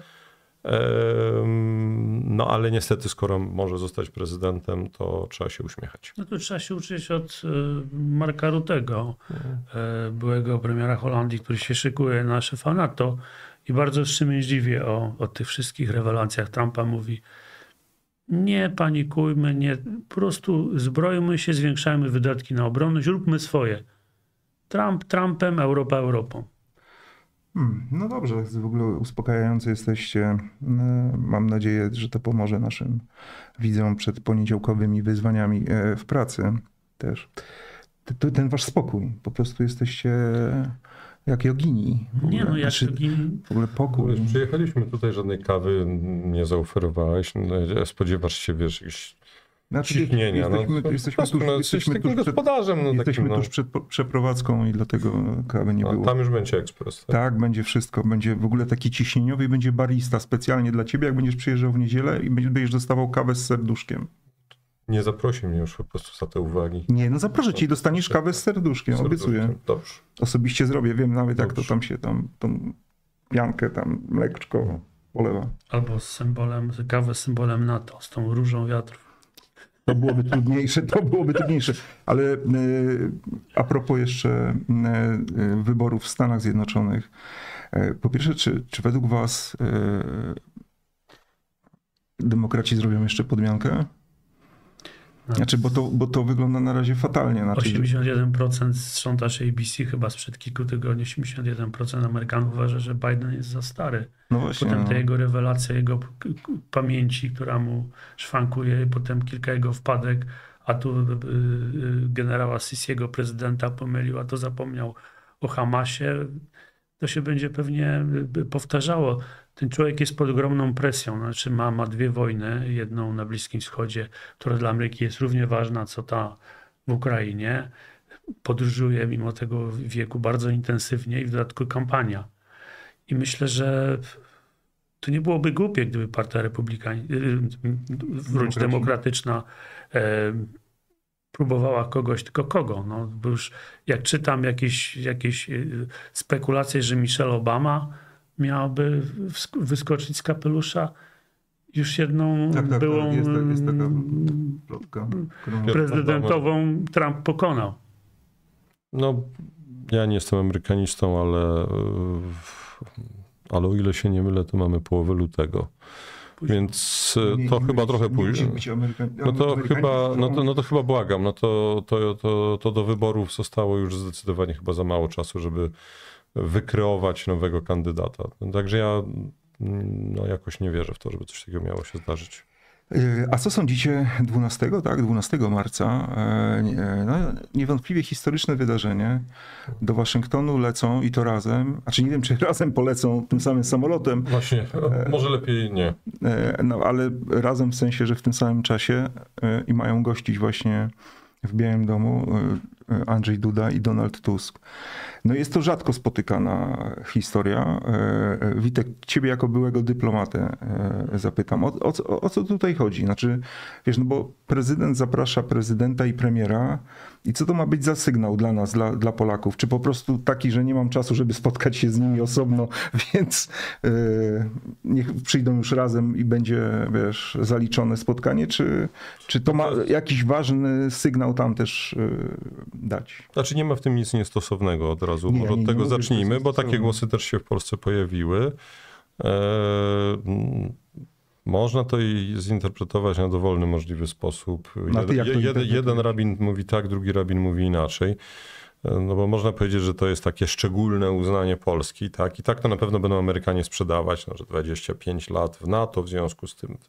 No ale niestety, skoro może zostać prezydentem, to trzeba się uśmiechać. No to trzeba się uczyć od Marka Rutego, byłego premiera Holandii, który się szykuje na szefa NATO i bardzo wstrzemięźliwie o, o tych wszystkich rewelacjach Trumpa mówi: nie panikujmy, nie, po prostu zbrojmy się, zwiększajmy wydatki na obronę, zróbmy swoje. Trump Trumpem, Europa Europą. Hmm, no dobrze, w ogóle uspokajający jesteście. Mam nadzieję, że to pomoże naszym widzom przed poniedziałkowymi wyzwaniami w pracy też. Ten wasz spokój, po prostu jesteście jak jogini. Nie no, jak znaczy, jogini. W ogóle pokój. Przyjechaliśmy tutaj, żadnej kawy nie zaoferowałeś. Spodziewasz się, wiesz, jakiś Znaczy, ciśnienia. Jesteśmy, no, jesteśmy tuż, no, jesteśmy takim tuż gospodarzem. Przed, no, jesteśmy takim, tuż przed przeprowadzką i dlatego kawy nie no, było. Tam już będzie ekspres. Tak? tak, będzie wszystko. Będzie w ogóle taki ciśnieniowy i będzie barista specjalnie dla ciebie, jak będziesz przyjeżdżał w niedzielę i będziesz dostawał kawę z serduszkiem. Nie zaprosi mnie już po prostu za te uwagi. Nie, no zaproszę cię i dostaniesz kawę z serduszkiem, obiecuję. Dobrze. Osobiście zrobię, wiem nawet jak Dobrze. to tam się tam, tą piankę tam, mleczko polewa. Albo z symbolem, kawę z symbolem NATO, z tą różą wiatrów. To byłoby trudniejsze, to byłoby trudniejsze. Ale y, a propos jeszcze y, wyborów w Stanach Zjednoczonych. Y, po pierwsze, czy, czy według was y, demokraci zrobią jeszcze podmiankę? Znaczy, bo to, bo to wygląda na razie fatalnie. Znaczy, osiemdziesiąt jeden procent sondaż A B C chyba sprzed kilku tygodni, osiemdziesiąt jeden procent Amerykanów uważa, że Biden jest za stary. No właśnie, potem no. te jego rewelacje, jego pamięci, która mu szwankuje, potem kilka jego wpadek, a tu generała Sisiego, prezydenta pomylił, a to zapomniał o Hamasie. To się będzie pewnie powtarzało. Ten człowiek jest pod ogromną presją. Znaczy ma, ma dwie wojny. Jedną na Bliskim Wschodzie, która dla Ameryki jest równie ważna, co ta w Ukrainie. Podróżuje mimo tego wieku bardzo intensywnie i w dodatku kampania. I myślę, że to nie byłoby głupie, gdyby partia republikańska, wręcz demokratyczna, e, próbowała kogoś, tylko kogo? No, bo już jak czytam jakieś, jakieś spekulacje, że Michelle Obama miałaby wyskoczyć z kapelusza, już jedną tak, tak, byłą tak. Jest, jest taka plotka, prezydentową Trump pokonał. No, ja nie jestem amerykanistą, ale, ale o ile się nie mylę, to mamy połowę lutego. później. Więc Nie- to nie chyba mylić- trochę nie później. dzielić Amerykan- No to Amerykanie chyba, są- no to, no to chyba błagam, no to, to, to, to do wyborów zostało już zdecydowanie chyba za mało czasu, żeby wykreować nowego kandydata. Także ja no, jakoś nie wierzę w to, żeby coś takiego miało się zdarzyć. A co sądzicie dwunastego, tak? dwunastego marca? e, nie- No, niewątpliwie historyczne wydarzenie. Do Waszyngtonu lecą i to razem. Znaczy nie wiem, czy razem polecą tym samym samolotem, Właśnie, może lepiej nie. e, no ale razem w sensie, że w tym samym czasie e, i mają gościć właśnie w Białym Domu e, Andrzej Duda i Donald Tusk. No jest to rzadko spotykana historia. E, Witek, ciebie jako byłego dyplomatę e, zapytam, o, o, co- o co tutaj chodzi? Znaczy, wiesz, no bo prezydent zaprasza prezydenta i premiera i co to ma być za sygnał dla nas, dla, dla Polaków? Czy po prostu taki, że nie mam czasu, żeby spotkać się z nimi osobno, więc e, niech przyjdą już razem i będzie, wiesz, zaliczone spotkanie? Czy, czy to ma jakiś ważny sygnał tam też e, dać? Znaczy nie ma w tym nic niestosownego od razu. Nie, Może nie, od nie tego mówię, że to zacznijmy, jest bo takie niestosowne. głosy też się w Polsce pojawiły. E, mm, Można to i zinterpretować na dowolny możliwy sposób. No a ty jak to jeden, interpretujesz? jeden rabin mówi tak, drugi rabin mówi inaczej. E, No bo można powiedzieć, że to jest takie szczególne uznanie Polski, tak? I tak to na pewno będą Amerykanie sprzedawać, no, że dwadzieścia pięć lat w NATO w związku z tym.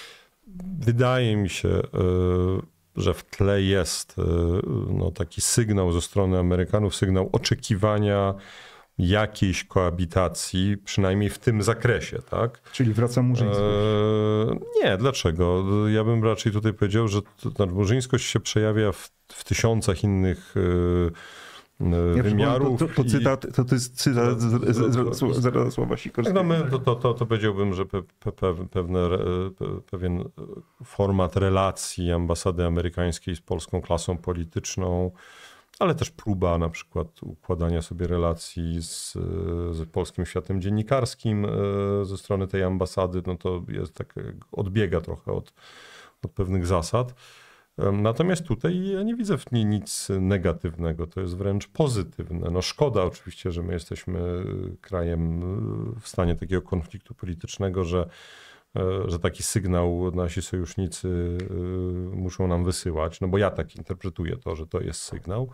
Wydaje mi się, e, że w tle jest e, no, taki sygnał ze strony Amerykanów, sygnał oczekiwania jakiejś koabitacji, przynajmniej w tym zakresie, tak? Czyli wraca murzyństwo. Eee, nie, dlaczego? Ja bym raczej tutaj powiedział, że to, znaczy murzyńskość się przejawia w, w tysiącach innych e, e, Ja wymiarów. To, to, to, i- cytat, to, to jest cytat z, z, z, z, z Radosława tak, Sikorskiego. no my, to, to, to, to powiedziałbym, że pe, pe, pe, pewne, e, pe, pewien format relacji ambasady amerykańskiej z polską klasą polityczną, ale też próba na przykład układania sobie relacji z, z polskim światem dziennikarskim e, ze strony tej ambasady, no to jest tak, odbiega trochę od, od pewnych zasad. E, Natomiast tutaj ja nie widzę w niej nic negatywnego, to jest wręcz pozytywne. No szkoda oczywiście, że my jesteśmy krajem w stanie takiego konfliktu politycznego, że że taki sygnał nasi sojusznicy muszą nam wysyłać, no bo ja tak interpretuję to, że to jest sygnał.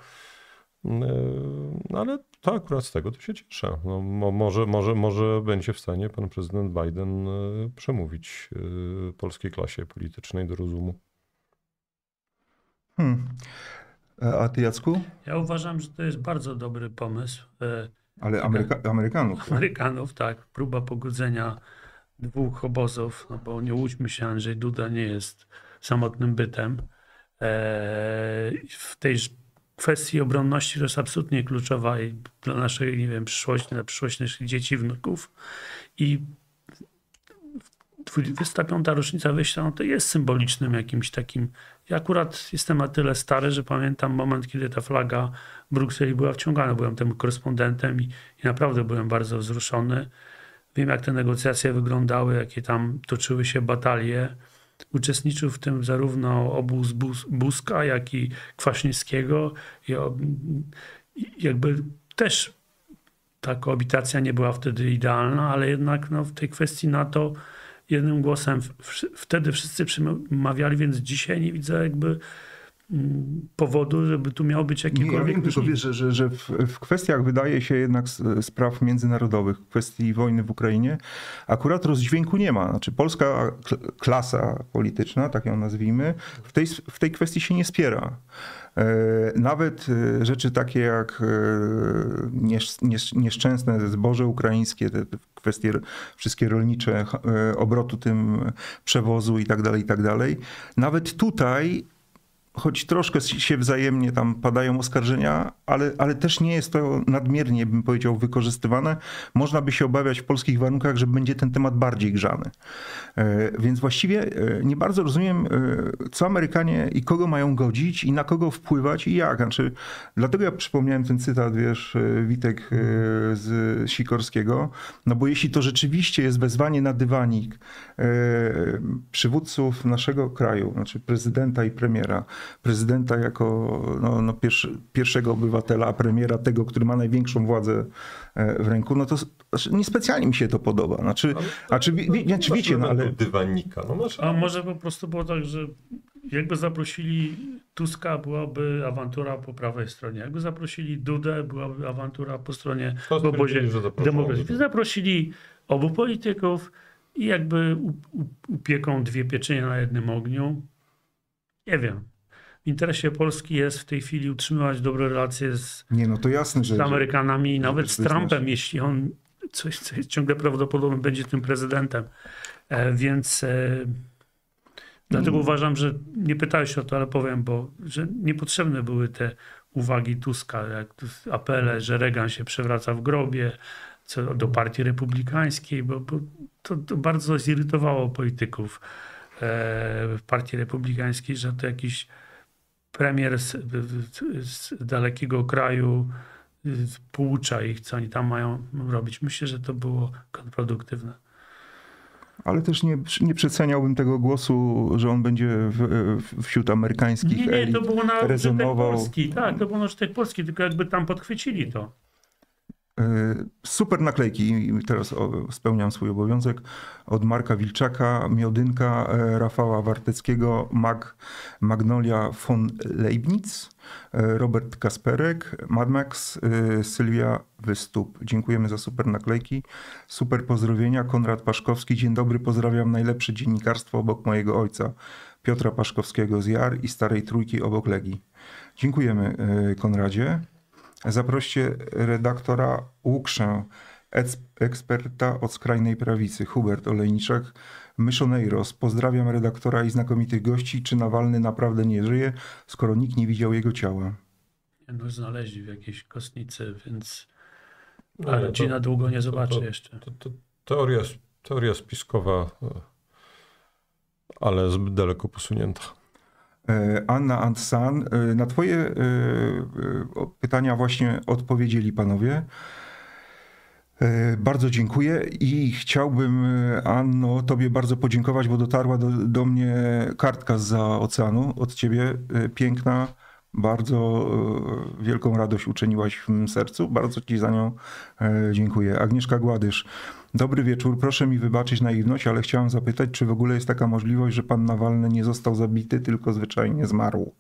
No ale to akurat z tego to się cieszę. No, mo- może, może, może będzie w stanie pan prezydent Biden przemówić polskiej klasie politycznej do rozumu. Hmm. A ty, Jacku? Ja uważam, że to jest bardzo dobry pomysł e, Ale Ameryka Amerykanów. Amerykanów, tak. Próba pogodzenia dwóch obozów, no bo nie łudźmy się, Andrzej Duda nie jest samotnym bytem. E, w tej kwestii obronności to jest absolutnie kluczowa i dla naszej, nie wiem, przyszłości, dla przyszłości naszych dzieci, wnuków. I dwudziesta piąta rocznica wyjścia, no to jest symbolicznym jakimś takim. Ja akurat jestem na tyle stary, że pamiętam moment, kiedy ta flaga w Brukseli była wciągana. Byłem tym korespondentem i, i naprawdę byłem bardzo wzruszony. Wiem, jak te negocjacje wyglądały, jakie tam toczyły się batalie. Uczestniczył w tym zarówno obóz Bus- Buzka, jak i Kwaśniewskiego. I, o- i jakby też ta koabitacja nie była wtedy idealna, ale jednak no, w tej kwestii NATO jednym głosem w, w, wtedy wszyscy przemawiali, więc dzisiaj nie widzę jakby mm, powodu, żeby tu miał być Nie, jakikolwiek... ja wiem, tylko różnic. wiesz, że, że, że w, w kwestiach, wydaje się jednak s- spraw międzynarodowych, w kwestii wojny w Ukrainie, akurat rozdźwięku nie ma. Znaczy polska k- klasa polityczna, tak ją nazwijmy, w tej, w tej kwestii się nie spiera. E, Nawet e, rzeczy takie jak e, niesz, niesz, nieszczęsne zboże ukraińskie, te, te kwestie r- wszystkie rolnicze, ch- e, obrotu tym przewozu i tak dalej, i tak dalej. Nawet tutaj, choć troszkę się wzajemnie tam padają oskarżenia, ale, ale też nie jest to nadmiernie, bym powiedział, wykorzystywane. Można by się obawiać w polskich warunkach, że będzie ten temat bardziej grzany. E, Więc właściwie e, nie bardzo rozumiem, e, co Amerykanie i kogo mają godzić i na kogo wpływać i jak. Znaczy, dlatego ja przypomniałem ten cytat, wiesz, e, Witek, e, z Sikorskiego, no bo jeśli to rzeczywiście jest wezwanie na dywanik e, przywódców naszego kraju, znaczy prezydenta i premiera, prezydenta jako no, no pierwszy, pierwszego obywatela, a premiera tego, który ma największą władzę w ręku, no to znaczy, niespecjalnie mi się to podoba. Znaczy, a czy, wie, wie, czy wiecie, no ale... Dywanika. No masz... A może po prostu było tak, że jakby zaprosili Tuska, byłaby awantura po prawej stronie. Jakby zaprosili Dudę, byłaby awantura po stronie w obozie demokracji. Zaprosili obu polityków i jakby upieką dwie pieczenie na jednym ogniu. Nie wiem. W interesie Polski jest w tej chwili utrzymywać dobre relacje z, Nie, no to jasne, że, z Amerykanami i nawet z Trumpem, znaczy... jeśli on coś, co jest ciągle prawdopodobne, będzie tym prezydentem. E, więc e, dlatego hmm. uważam, że nie pytałeś o to, ale powiem, bo że niepotrzebne były te uwagi Tuska, jak apele, że Reagan się przewraca w grobie, co do partii republikańskiej, bo, bo to, to bardzo zirytowało polityków w partii republikańskiej, że to jakiś premier z, z dalekiego kraju poucza ich, co oni tam mają robić. Myślę, że to było kontrproduktywne. Ale też nie, nie przeceniałbym tego głosu, że on będzie w, w, wśród amerykańskich Nie, nie, elit to było na rezonował. Polski. Tak, to było na użytek Polski, tylko jakby tam podchwycili to. Super naklejki, teraz spełniam swój obowiązek, od Marka Wilczaka, Miodynka, Rafała Warteckiego, Mag, Magnolia von Leibniz, Robert Kasperek, Mad Max, Sylwia Wystup. Dziękujemy za super naklejki. Super pozdrowienia. Konrad Paszkowski. Dzień dobry, pozdrawiam najlepsze dziennikarstwo obok mojego ojca, Piotra Paszkowskiego z Jar i Starej Trójki obok Legii. Dziękujemy, Konradzie. Zaproście redaktora Łukszę, eksperta od skrajnej prawicy, Hubert Olejniczak, Myszoneiros. Pozdrawiam redaktora i znakomitych gości. Czy Nawalny naprawdę nie żyje, skoro nikt nie widział jego ciała? No, znaleźli w jakiejś kostnicy, więc No, ale to, rodzina długo nie zobaczy to, to, jeszcze. To, to, teoria, teoria spiskowa, ale zbyt daleko posunięta. Anna Antsan, na twoje pytania właśnie odpowiedzieli panowie. Bardzo dziękuję i chciałbym, Anno, tobie bardzo podziękować, bo dotarła do, do mnie kartka zza oceanu od ciebie, piękna, bardzo wielką radość uczyniłaś w mym sercu, bardzo ci za nią dziękuję. Agnieszka Gładysz. Dobry wieczór, proszę mi wybaczyć naiwność, ale chciałem zapytać, czy w ogóle jest taka możliwość, że pan Nawalny nie został zabity, tylko zwyczajnie zmarł?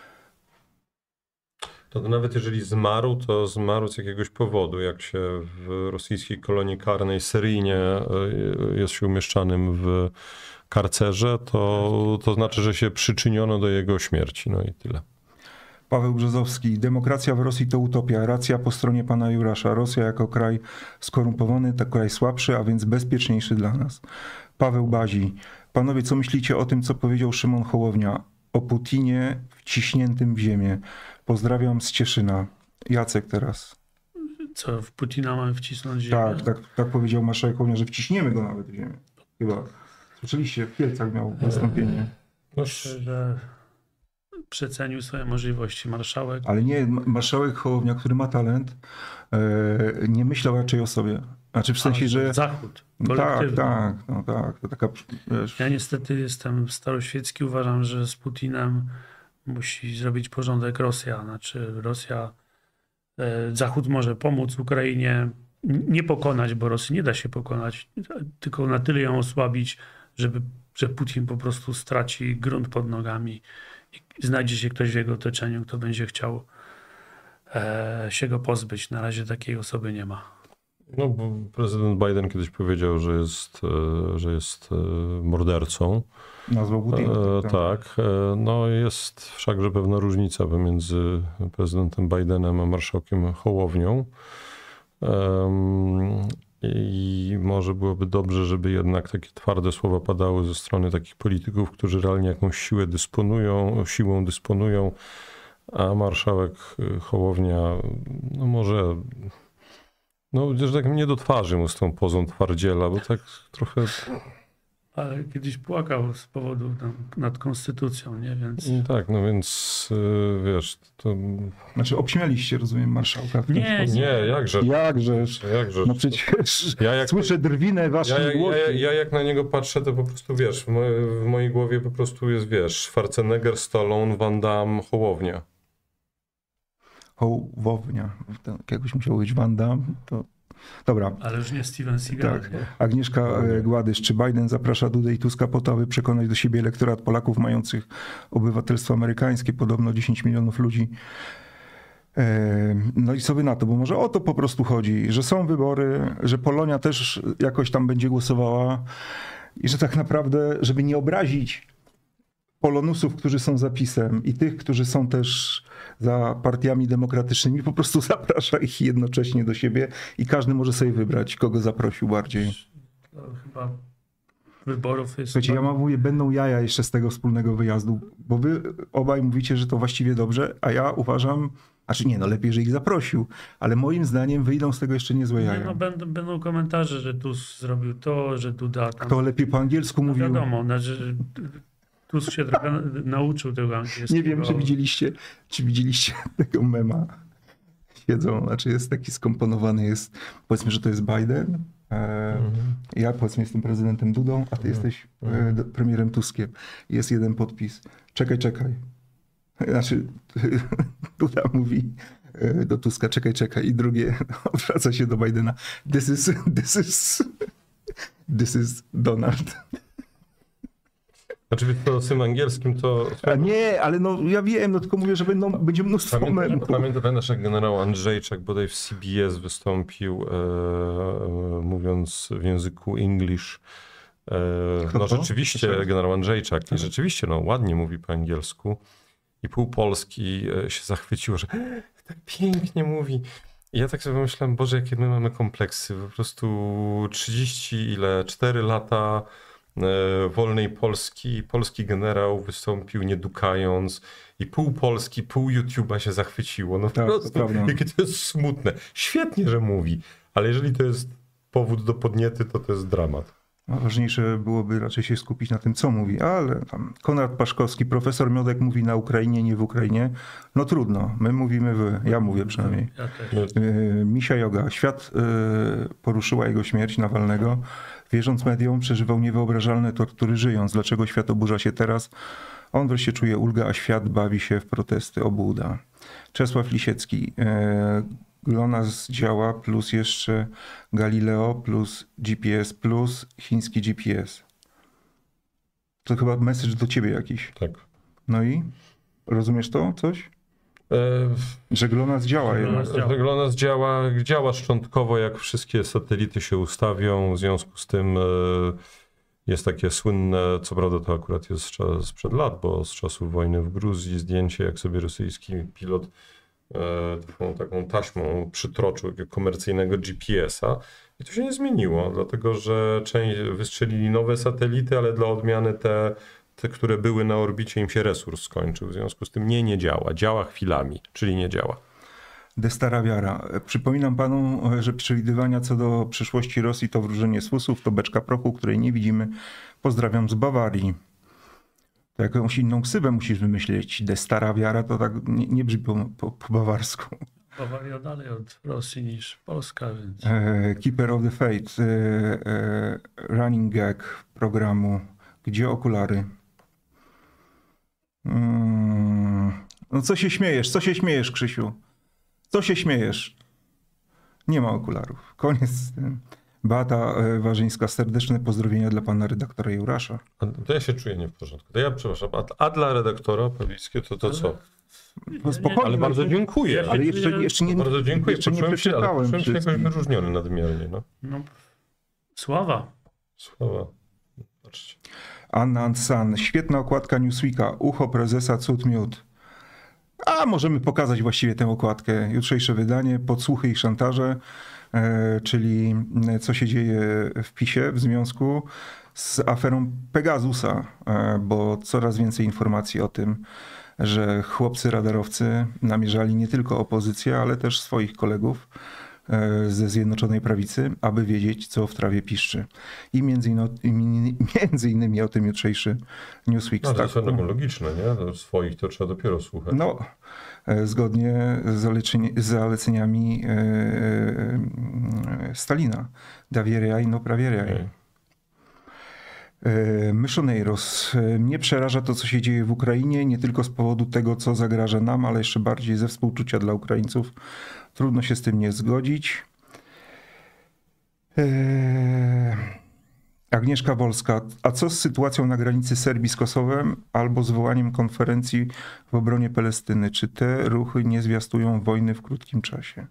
To nawet jeżeli zmarł, to zmarł z jakiegoś powodu. Jak się w rosyjskiej kolonii karnej seryjnie jest się umieszczanym w karcerze, to, to znaczy, że się przyczyniono do jego śmierci. No i tyle. Paweł Brzozowski. Demokracja w Rosji to utopia. Racja po stronie pana Jurasza. Rosja jako kraj skorumpowany, to kraj słabszy, a więc bezpieczniejszy dla nas. Paweł Bazi. Panowie, co myślicie o tym, co powiedział Szymon Hołownia? O Putinie wciśniętym w ziemię. Pozdrawiam z Cieszyna. Jacek teraz. Co, w Putina mamy wcisnąć ziemię? Tak, tak, tak powiedział marszałek Hołownia, że wciśniemy go nawet w ziemię. Chyba. Słyszeliście, w Kielcach miał wystąpienie. Myślę, że przecenił swoje możliwości marszałek. Ale nie, marszałek Hołownia, który ma talent, nie myślał raczej o sobie. Znaczy w sensie, A, że... Zachód. Tak, tak, no tak. To taka, wiesz... Ja niestety jestem staroświecki, uważam, że z Putinem musi zrobić porządek Rosja. Znaczy Rosja, Zachód może pomóc Ukrainie, nie pokonać, bo Rosji nie da się pokonać, tylko na tyle ją osłabić, żeby, że Putin po prostu straci grunt pod nogami i znajdzie się ktoś w jego otoczeniu, kto będzie chciał e, się go pozbyć. Na razie takiej osoby nie ma. No, bo prezydent Biden kiedyś powiedział, że jest, że jest mordercą. Nazwał Putina. E, tak. No jest wszakże pewna różnica pomiędzy prezydentem Bidenem a marszałkiem Hołownią. Um, I może byłoby dobrze, żeby jednak takie twarde słowa padały ze strony takich polityków, którzy realnie jakąś siłę dysponują, siłą dysponują, a marszałek Hołownia, no może, no że tak nie do twarzy mu z tą pozą twardziela, bo tak trochę... Ale kiedyś płakał z powodu tam, nad konstytucją, nie? Więc... I tak, no więc y, wiesz, to... Znaczy obśmialiście, rozumiem, marszałka w ten Nie, sposób. Nie, jakże. Jakżeż? jakże. No przecież Ja jak- słyszę drwinę waszych Ja, ja, głosów. ja, ja jak na niego patrzę, to po prostu wiesz, w, mojej, w mojej głowie po prostu jest, wiesz, Schwarzenegger, Stallone, Van Damme, Hołownia. Hołownia. Tak jakbyś musiał być Van Damme, to... Dobra. Ale już nie Steven Seagal. Tak. Nie? Agnieszka e, Gładysz. Czy Biden zaprasza Dudę i Tuska po to, aby przekonać do siebie elektorat Polaków mających obywatelstwo amerykańskie? Podobno dziesięć milionów ludzi. E, No i co wy na to? Bo może o to po prostu chodzi, że są wybory, że Polonia też jakoś tam będzie głosowała i że tak naprawdę, żeby nie obrazić polonusów, którzy są za PiS-em i tych, którzy są też za partiami demokratycznymi, po prostu zaprasza ich jednocześnie do siebie i każdy może sobie wybrać, kogo zaprosił bardziej. To chyba wyborów jest... Słuchajcie, ja mówię, będą jaja jeszcze z tego wspólnego wyjazdu, bo wy obaj mówicie, że to właściwie dobrze, a ja uważam, znaczy nie, no lepiej, że ich zaprosił, ale moim zdaniem wyjdą z tego jeszcze niezłe Nie, jaja. no, będą, będą komentarze, że Tusk zrobił to, że Duda tam... Kto lepiej po angielsku No mówił? wiadomo, znaczy, że Tusk się trochę nauczył tego angielskiego. Nie wiem, czy widzieliście, czy widzieliście tego mema. Siedzą, znaczy jest taki skomponowany, jest, powiedzmy, że to jest Biden. E, Mhm. Ja powiedzmy jestem prezydentem Dudą, a ty jesteś e, d- premierem Tuskiem. Jest jeden podpis. Czekaj, czekaj. Znaczy Duda mówi e, do Tuska, czekaj, czekaj. I drugie odwraca się do Bidena. This is, this is, this is Donald. Znaczy, to z tym angielskim to... A nie, ale no ja wiem, no tylko mówię, że będą, będzie mnóstwo memów. Pamiętam, pamiętam, pamiętasz, jak generał Andrzejczak bodaj w C B S wystąpił, e, e, mówiąc w języku English. E, Kto no to? rzeczywiście, Proszę. generał Andrzejczak. I rzeczywiście, no ładnie mówi po angielsku. I pół Polski e, się zachwyciło, że tak pięknie mówi. I ja tak sobie myślałem, Boże, jakie my mamy kompleksy. Po prostu trzydzieści, ile, cztery lata e, wolnej Polski. Polski generał wystąpił nie dukając i pół Polski, pół YouTube'a się zachwyciło. No Tak, po to prostu, prawda. jakie to jest smutne. Świetnie, że mówi, ale jeżeli to jest powód do podniety, to to jest dramat. No, ważniejsze byłoby raczej się skupić na tym, co mówi, ale tam Konrad Paszkowski, profesor Miodek mówi na Ukrainie, nie w Ukrainie. No trudno, my mówimy wy, ja mówię przynajmniej. Ja też. No, Yy, Misia Joga. Świat yy, poruszyła jego śmierć Nawalnego. Wierząc mediom, przeżywał niewyobrażalne tortury żyjąc. Dlaczego świat oburza się teraz? On wreszcie czuje ulgę, a świat bawi się w protesty. Obłuda. Czesław Lisiecki. Yy, GLONASS działa plus jeszcze Galileo plus G P S plus chiński G P S. To chyba message do ciebie jakiś. tak. No i? Rozumiesz to? Coś? E, Że GLONASS działa jednak. GLONASS działa. GLONASS działa, działa szczątkowo, jak wszystkie satelity się ustawią. W związku z tym e, jest takie słynne, co prawda to akurat jest cza- sprzed lat, bo z czasów wojny w Gruzji zdjęcie, jak sobie rosyjski pilot e, taką, taką taśmą przytroczył takiego komercyjnego G P S-a. I to się nie zmieniło, dlatego że część wystrzelili nowe satelity, ale dla odmiany te, te, które były na orbicie, im się resurs skończył. W związku z tym nie, nie działa. Działa chwilami, czyli nie działa. De stara wiara. Przypominam panu, że przewidywania co do przyszłości Rosji to wróżenie z fusów, to beczka prochu, której nie widzimy. Pozdrawiam z Bawarii. To jakąś inną ksywę musisz wymyślić. De stara wiara to tak nie, nie brzmi po, po, po bawarsku. Bawaria dalej od Rosji niż Polska, więc... E, Keeper of the Fate. E, e, running gag programu. Gdzie okulary? Mm, no co się śmiejesz? Co się śmiejesz, Krzysiu? Co się śmiejesz? Nie ma okularów. Koniec z tym. Beata e, Warzyńska, serdeczne pozdrowienia dla pana redaktora Jurasza. A to ja się czuję nie w porządku. To ja przepraszam, a, a dla redaktora Pawlickie to, to co? No spokojnie. Ale bardzo dziękuję. Ja się Ale jeszcze, czuję- jeszcze nie, Bardzo dziękuję. jeszcze nie Poczułem się, ale przeczytałem poczułem się jakoś wszystkich. wyróżniony nadmiernie. No. No, sława. Sława. Patrzcie. Anna Ansan, świetna okładka Newsweeka, ucho prezesa, cud miód. A możemy pokazać właściwie tę okładkę. Jutrzejsze wydanie, podsłuchy i szantaże, e, czyli co się dzieje w PiSie w związku z aferą Pegasusa, e, bo coraz więcej informacji o tym, że chłopcy radarowcy namierzali nie tylko opozycję, ale też swoich kolegów ze Zjednoczonej Prawicy, aby wiedzieć, co w trawie piszczy. I między, ino, między innymi o tym jutrzejszy Newsweek. No to jest logiczne, nie? Do swoich to trzeba dopiero słuchać. No, zgodnie z, zaleceni, z zaleceniami Stalina. Da wierjaj, no prawierjaj. Okay. Myszoneiros. Mnie przeraża to, co się dzieje w Ukrainie, nie tylko z powodu tego, co zagraża nam, ale jeszcze bardziej ze współczucia dla Ukraińców. Trudno się z tym nie zgodzić. Eee... Agnieszka Wolska. A co z sytuacją na granicy Serbii z Kosowem albo zwołaniem konferencji w obronie Palestyny? Czy te ruchy nie zwiastują wojny w krótkim czasie?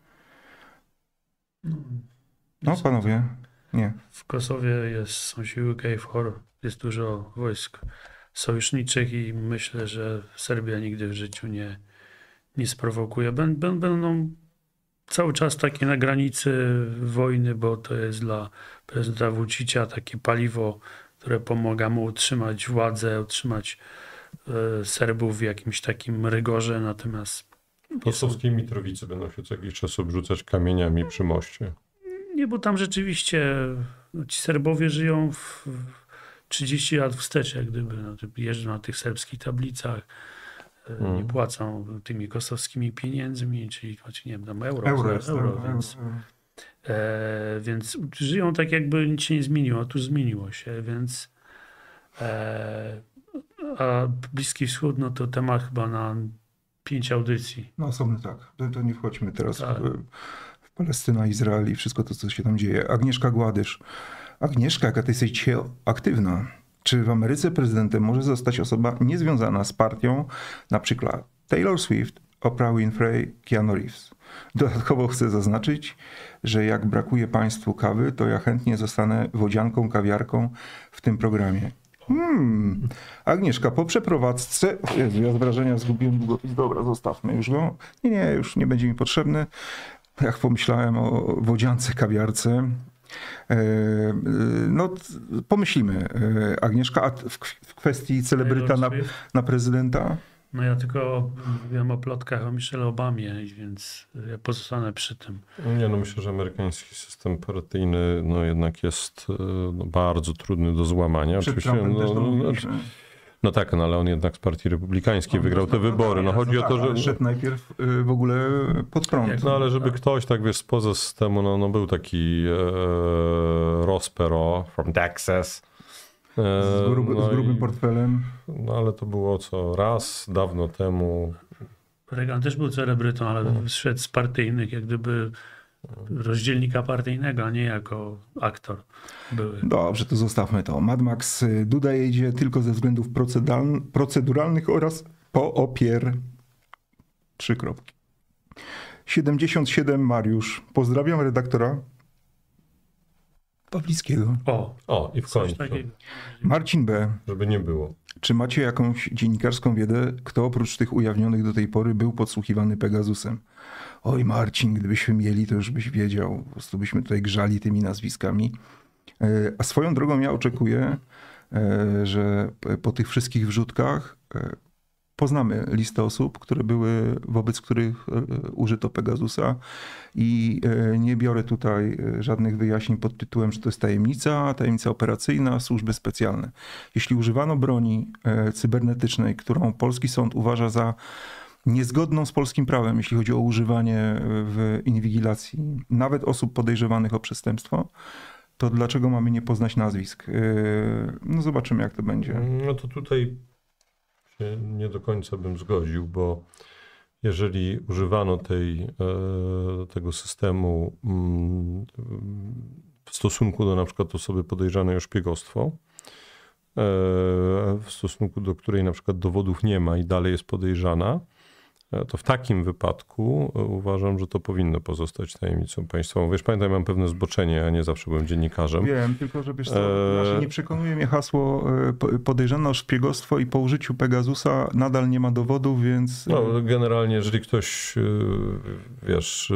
No, panowie. Nie. W Kosowie jest, są siły K F O R, jest dużo wojsk sojuszniczych i myślę, że Serbia nigdy w życiu nie, nie sprowokuje. Będą, będą cały czas takie na granicy wojny, bo to jest dla prezydenta Vučića takie paliwo, które pomaga mu utrzymać władzę, utrzymać e, Serbów w jakimś takim rygorze, natomiast... Kosowskiej Mitrowicy będą się co jakiś czas obrzucać kamieniami przy moście. Nie, bo tam rzeczywiście ci Serbowie żyją w trzydzieści lat wstecz, jak gdyby. No, jeżdżą na tych serbskich tablicach, hmm. nie płacą tymi kosowskimi pieniędzmi, czyli znaczy, nie wiem, tam euro, euro, euro, euro więc, e, więc żyją tak, jakby nic się nie zmieniło. Otóż zmieniło się, więc e, a Bliski Wschód, no to temat chyba na pięć audycji. No osobny tak. To, to nie wchodźmy teraz tak. w... Palestyna, Izrael i wszystko to, co się tam dzieje. Agnieszka Gładysz. Agnieszka, jaka ty jesteś dzisiaj aktywna. Czy w Ameryce prezydentem może zostać osoba niezwiązana z partią, na przykład Taylor Swift, Oprah Winfrey, Keanu Reeves? Dodatkowo chcę zaznaczyć, że jak brakuje państwu kawy, to ja chętnie zostanę wodzianką, kawiarką w tym programie. Hmm. Agnieszka, po przeprowadzce... Jezu, ja z wrażenia zgubiłem długopis. Dobra, zostawmy już go. Nie, nie, już nie będzie mi potrzebny. Jak pomyślałem o wodziance, kawiarce, no pomyślimy. Agnieszka, a w kwestii celebryta na, na prezydenta? No ja tylko wiem o plotkach o Michelle Obamie, więc ja pozostanę przy tym. Nie, no myślę, że amerykański system partyjny no jednak jest no, bardzo trudny do złamania. Przed Oczywiście, no, no, no tak, no ale on jednak z partii republikańskiej on wygrał te wybory. No chodzi no, o to, że... Szedł najpierw w ogóle pod prąd. No ale żeby ktoś tak, wiesz, spoza systemu, no, no był taki e, Ross Perot from Texas. E, z, grub, no z grubym i, portfelem. No ale to było co raz, dawno temu. Reagan też był celebrytą, ale hmm. szedł z partyjnych, jak gdyby rozdzielnika partyjnego, a nie jako aktor były. Dobrze, to zostawmy to. Mad Max Duda jedzie tylko ze względów proceduralnych oraz po opier. Trzy kropki. siedemdziesiąt siedem Mariusz. Pozdrawiam redaktora Pawlickiego. O, o i w końcu. Marcin B. Żeby nie było. Czy macie jakąś dziennikarską wiedzę, kto oprócz tych ujawnionych do tej pory był podsłuchiwany Pegasusem? Oj Marcin, gdybyśmy mieli, to już byś wiedział. Po prostu byśmy tutaj grzali tymi nazwiskami. A swoją drogą ja oczekuję, że po tych wszystkich wrzutkach poznamy listę osób, które były, wobec których użyto Pegasusa i nie biorę tutaj żadnych wyjaśnień pod tytułem, że to jest tajemnica, tajemnica operacyjna, służby specjalne. Jeśli używano broni cybernetycznej, którą polski sąd uważa za niezgodną z polskim prawem, jeśli chodzi o używanie w inwigilacji nawet osób podejrzewanych o przestępstwo, to dlaczego mamy nie poznać nazwisk? No zobaczymy, jak to będzie. No to tutaj się nie do końca bym zgodził, bo jeżeli używano tej, tego systemu w stosunku do na przykład osoby podejrzanej o szpiegostwo, w stosunku do której na przykład dowodów nie ma i dalej jest podejrzana, to w takim wypadku uważam, że to powinno pozostać tajemnicą państwową. Wiesz, pamiętaj, mam pewne zboczenie, ja nie zawsze byłem dziennikarzem. Wiem, tylko że wiesz co, e... nie przekonuje mnie hasło podejrzane o szpiegostwo i po użyciu Pegasusa nadal nie ma dowodów, więc... No, generalnie, jeżeli ktoś, wiesz...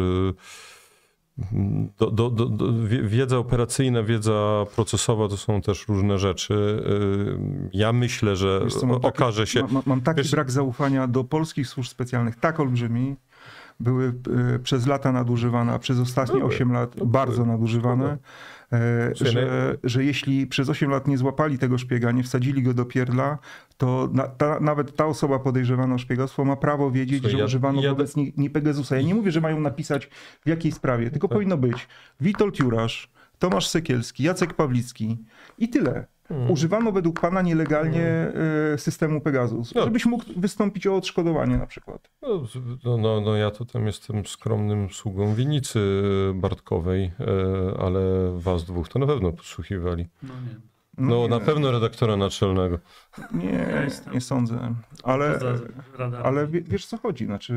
Do, do, do, do, wiedza operacyjna, wiedza procesowa to są też różne rzeczy. Ja myślę, że wiesz co, mam okaże taki, się... Mam, mam taki wiesz, brak zaufania do polskich służb specjalnych, tak olbrzymi, były y, przez lata nadużywane, a przez ostatnie Były. osiem lat No, bardzo były. nadużywane. E, Słuchaj, że, że jeśli przez osiem lat nie złapali tego szpiega, nie wsadzili go do pierdla, to na, ta, nawet ta osoba podejrzewana o szpiegostwo ma prawo wiedzieć, Słuchaj, że ja- używano ja- wobec niej nie Pegasusa. Ja nie mówię, że mają napisać w jakiej sprawie, tylko powinno być Witold Jurasz, Tomasz Sekielski, Jacek Pawlicki i tyle. Hmm. Używano według pana nielegalnie e, systemu Pegasus, No. żebyś mógł wystąpić o odszkodowanie na przykład. No, no, no, no ja to tam jestem skromnym sługą winnicy Bartkowej, e, ale was dwóch to na pewno podsłuchiwali. No nie. No nie, na pewno redaktora naczelnego. Nie, jestem. nie sądzę. Ale, Poza radarem. ale wie- wiesz co chodzi, znaczy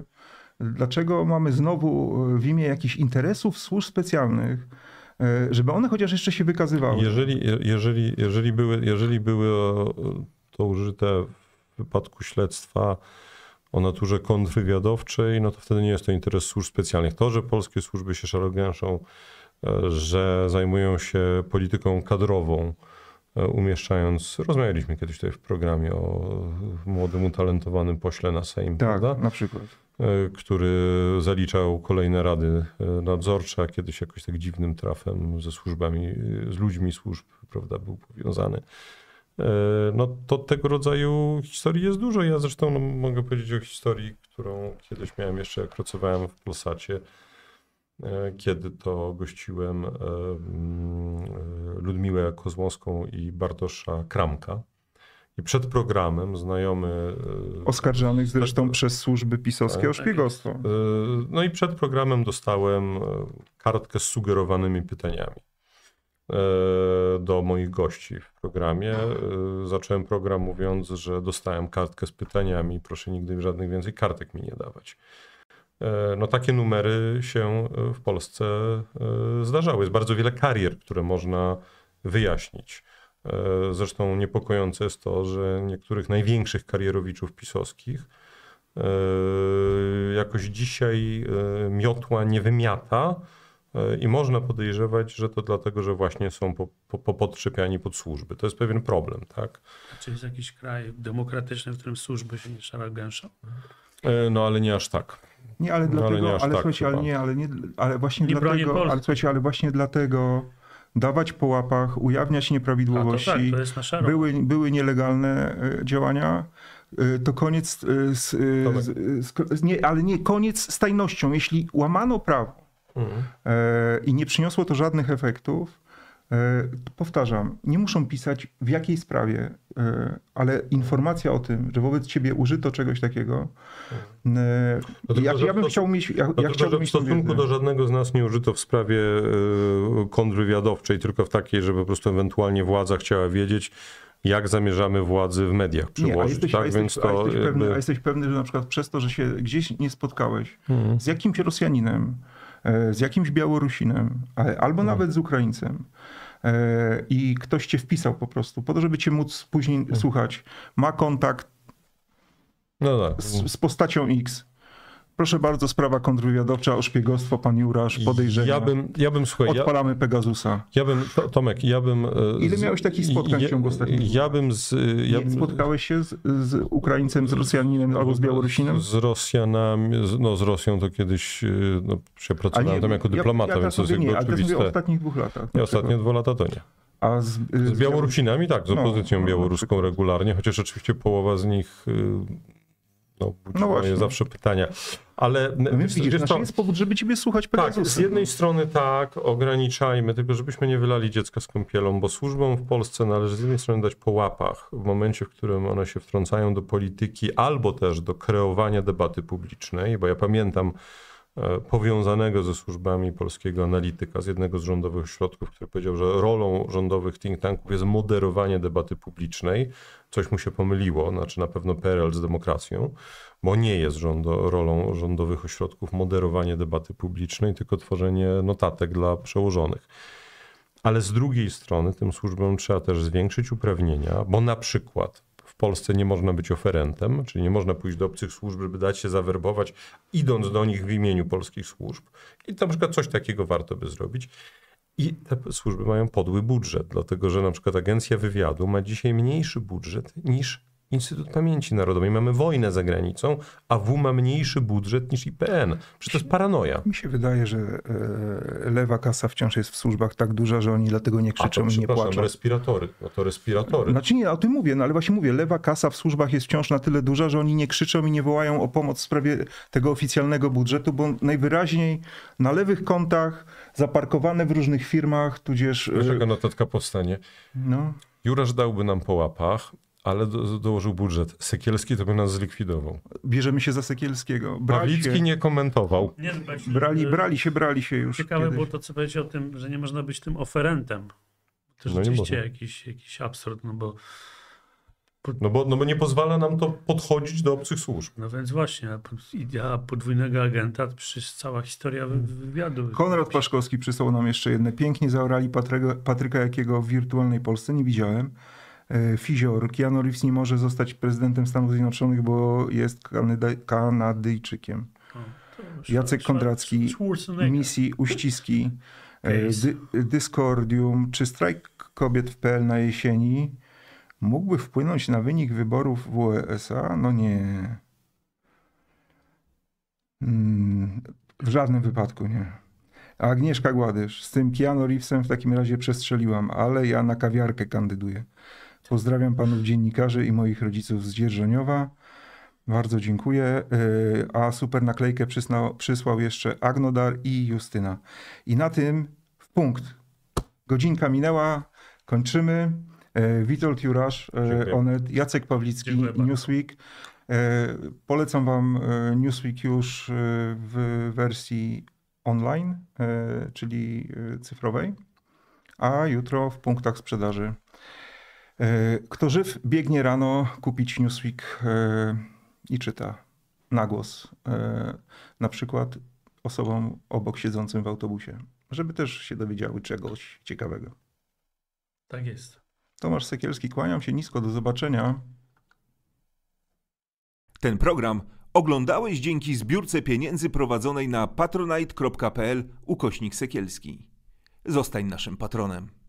dlaczego mamy znowu w imię jakichś interesów służb specjalnych, e, żeby one chociaż jeszcze się wykazywały. Jeżeli, jeżeli, jeżeli, były, jeżeli były o- to użyte w wypadku śledztwa o naturze kontrwywiadowczej, no to wtedy nie jest to interes służb specjalnych. To, że polskie służby się szarogęszą, e, że zajmują się polityką kadrową, e, umieszczając, rozmawialiśmy kiedyś tutaj w programie o młodym, utalentowanym pośle na Sejm, Tak, prawda? na przykład. E, który zaliczał kolejne rady e, nadzorcze, a kiedyś jakoś tak dziwnym trafem ze służbami, e, z ludźmi służb, prawda, był powiązany. E, No to tego rodzaju historii jest dużo. Ja zresztą no, mogę powiedzieć o historii, którą kiedyś miałem jeszcze, jak pracowałem w Polsacie, e, kiedy to gościłem e, mm, e, Ludmiłę Kozłowską i Bartosza Kramka. I przed programem znajomy... e, Oskarżanych zresztą przez służby pisowskie o Tak. szpiegostwo. E, No i przed programem dostałem e, kartkę z sugerowanymi pytaniami e, do moich gości w programie. E, Zacząłem program mówiąc, że dostałem kartkę z pytaniami, proszę nigdy żadnych więcej kartek mi nie dawać. E, No takie numery się w Polsce e, zdarzały. Jest bardzo wiele karier, które można wyjaśnić. E, Zresztą niepokojące jest to, że niektórych największych karierowiczów pisowskich e, jakoś dzisiaj e, miotła nie wymiata e, i można podejrzewać, że to dlatego, że właśnie są po, po, po podczepiani pod służby. To jest pewien problem, tak? Czy jest jakiś kraj demokratyczny, w którym służby się nie szarogęszą? E, No ale nie aż tak. Nie, ale No, ale dlatego, nie ale, aż tak słuchajcie, ale chyba. nie, ale nie, ale właśnie Nie bronię dlatego, Polski. ale słuchajcie, ale właśnie dlatego dawać po łapach, ujawniać A to nieprawidłowości, tak, to jest na szaro. były, były nielegalne e, działania, e, to koniec e, z, e, z, z, z, nie, ale nie koniec z tajnością. Jeśli łamano prawo Mhm. e, i nie przyniosło to żadnych efektów, e, powtarzam, nie muszą pisać w jakiej sprawie, e, ale informacja o tym, że wobec ciebie użyto czegoś takiego, e, No tylko, ja, że ja bym w chciał mieć, ja, ja Dlatego, chciałbym że w mieć tą stosunku wiedzę. do żadnego z nas nie użyto w sprawie y, kontrwywiadowczej, tylko w takiej, że po prostu ewentualnie władza chciała wiedzieć, jak zamierzamy władzy w mediach Nie, a przyłożyć. jesteś, a, tak? jesteś, Więc a, to jesteś pewny, jakby- a jesteś pewny, że na przykład przez to, że się gdzieś nie spotkałeś Mhm. z jakimś Rosjaninem, e, z jakimś Białorusinem, ale- albo No. nawet z Ukraińcem e, i ktoś cię wpisał po prostu po to, żeby cię móc później Mhm. słuchać, ma kontakt No tak. z, z postacią X. Proszę bardzo, sprawa kontrwywiadowcza o szpiegostwo, pan Jurasz, podejrzenia. Ja bym, ja bym, słuchaj, ja, Odpalamy Pegasusa. ja bym, to- Tomek, ja bym... e, Ile z- miałeś takich spotkań w ja- ciągu ostatnich Ja bym z... Ja Nie bym, spotkałeś się z, z Ukraińcem, z Rosjaninem albo z Białorusinem? Z Rosjanami, z- no z Rosją to kiedyś, y, no ja pracowałem tam jako dyplomata, ja, ja więc to tak jest mówię, jakby nie, ale teraz mówię o oczywiste. ostatnich dwóch latach. Nie, na ostatnie przykład. dwa lata to nie. A z, Z Białorusinami tak, z No, opozycją no, na białoruską przykład. regularnie, chociaż oczywiście połowa z nich y, no, budzi No moje właśnie. zawsze pytania. Ale No więc wiesz, widzisz, wiesz znaczy co, jest powód, żeby ciebie słuchać tak, Pegasusa. z jednej strony tak, ograniczajmy, tylko żebyśmy nie wylali dziecka z kąpielą, bo służbom w Polsce należy z jednej strony dać po łapach w momencie, w którym one się wtrącają do polityki albo też do kreowania debaty publicznej, bo ja pamiętam e, powiązanego ze służbami polskiego analityka z jednego z rządowych ośrodków, który powiedział, że rolą rządowych think tanków jest moderowanie debaty publicznej. Coś mu się pomyliło, znaczy na pewno P R L z demokracją, bo nie jest rządo, rolą rządowych ośrodków moderowanie debaty publicznej, tylko tworzenie notatek dla przełożonych. Ale z drugiej strony tym służbom trzeba też zwiększyć uprawnienia, bo na przykład w Polsce nie można być oferentem, czyli nie można pójść do obcych służb, żeby dać się zawerbować, idąc do nich w imieniu polskich służb. I na przykład coś takiego warto by zrobić. I te służby mają podły budżet, dlatego że na przykład Agencja Wywiadu ma dzisiaj mniejszy budżet niż Instytut Pamięci Narodowej, mamy wojnę za granicą, a W ma mniejszy budżet niż I P N. Przecież to jest paranoja. Mi się wydaje, że e, lewa kasa wciąż jest w służbach tak duża, że oni dlatego nie krzyczą a to, i nie płaczą. respiratory. No to respiratory. Znaczy nie, o tym mówię, no ale właśnie mówię, lewa kasa w służbach jest wciąż na tyle duża, że oni nie krzyczą i nie wołają o pomoc w sprawie tego oficjalnego budżetu, bo najwyraźniej na lewych kontach, zaparkowane w różnych firmach, tudzież... Wiesz, jaka notatka powstanie? No, Jurasz dałby nam po łapach, ale do, dołożył budżet. Sekielski to by nas zlikwidował. bierzemy się za Sekielskiego. Brali Pawlicki się, nie komentował. Nie, no właśnie, brali, e, brali się, brali się już Ciekawe kiedyś. było to, co powiedział o tym, że nie można być tym oferentem. To No nie rzeczywiście można. jakiś, jakiś absurd, no bo No bo, no bo nie pozwala nam to podchodzić do obcych służb. no więc właśnie, a po- idea podwójnego agenta to przecież cała historia wy- wywiadu. Konrad Paszkowski przysłał nam jeszcze jedne. Pięknie zaorali Patryka, Patryka Jakiego w wirtualnej Polsce. Nie widziałem. E, Fizior. Keanu Reeves nie może zostać prezydentem Stanów Zjednoczonych, bo jest Kanyda- Kanadyjczykiem. O, to już- Jacek Schwar- Kondracki, Schwarzenegger. Misji, uściski, e, Case. dy, Dyscordium. Czy strajk kobiet w P L na jesieni mógłby wpłynąć na wynik wyborów w U E S A? No nie. Mm, w żadnym wypadku nie. A Agnieszka Gładysz. Z tym Keanu Reevesem w takim razie przestrzeliłam, ale ja na kawiarkę kandyduję. Pozdrawiam panów dziennikarzy i moich rodziców z Dzierżoniowa. Bardzo dziękuję. Yy, A super naklejkę przysnał, przysłał jeszcze Agnodar i Justyna. I na tym w punkt. Godzinka minęła. Kończymy. Yy, Witold Jurasz, yy, Dziękuję. Onet, Jacek Pawlicki, Dziękuję bardzo. Newsweek. Yy, Polecam wam yy, Newsweek już yy, w wersji online, yy, czyli yy, cyfrowej, a jutro w punktach sprzedaży. Yy, Kto żyw, biegnie rano kupić Newsweek yy, i czyta na głos, yy, na przykład osobom obok siedzącym w autobusie, żeby też się dowiedziały czegoś ciekawego. Tak jest. Tomasz Sekielski, kłaniam się nisko, do zobaczenia. Ten program oglądałeś dzięki zbiórce pieniędzy prowadzonej na patronite kropka p l ukośnik Sekielski. Zostań naszym patronem.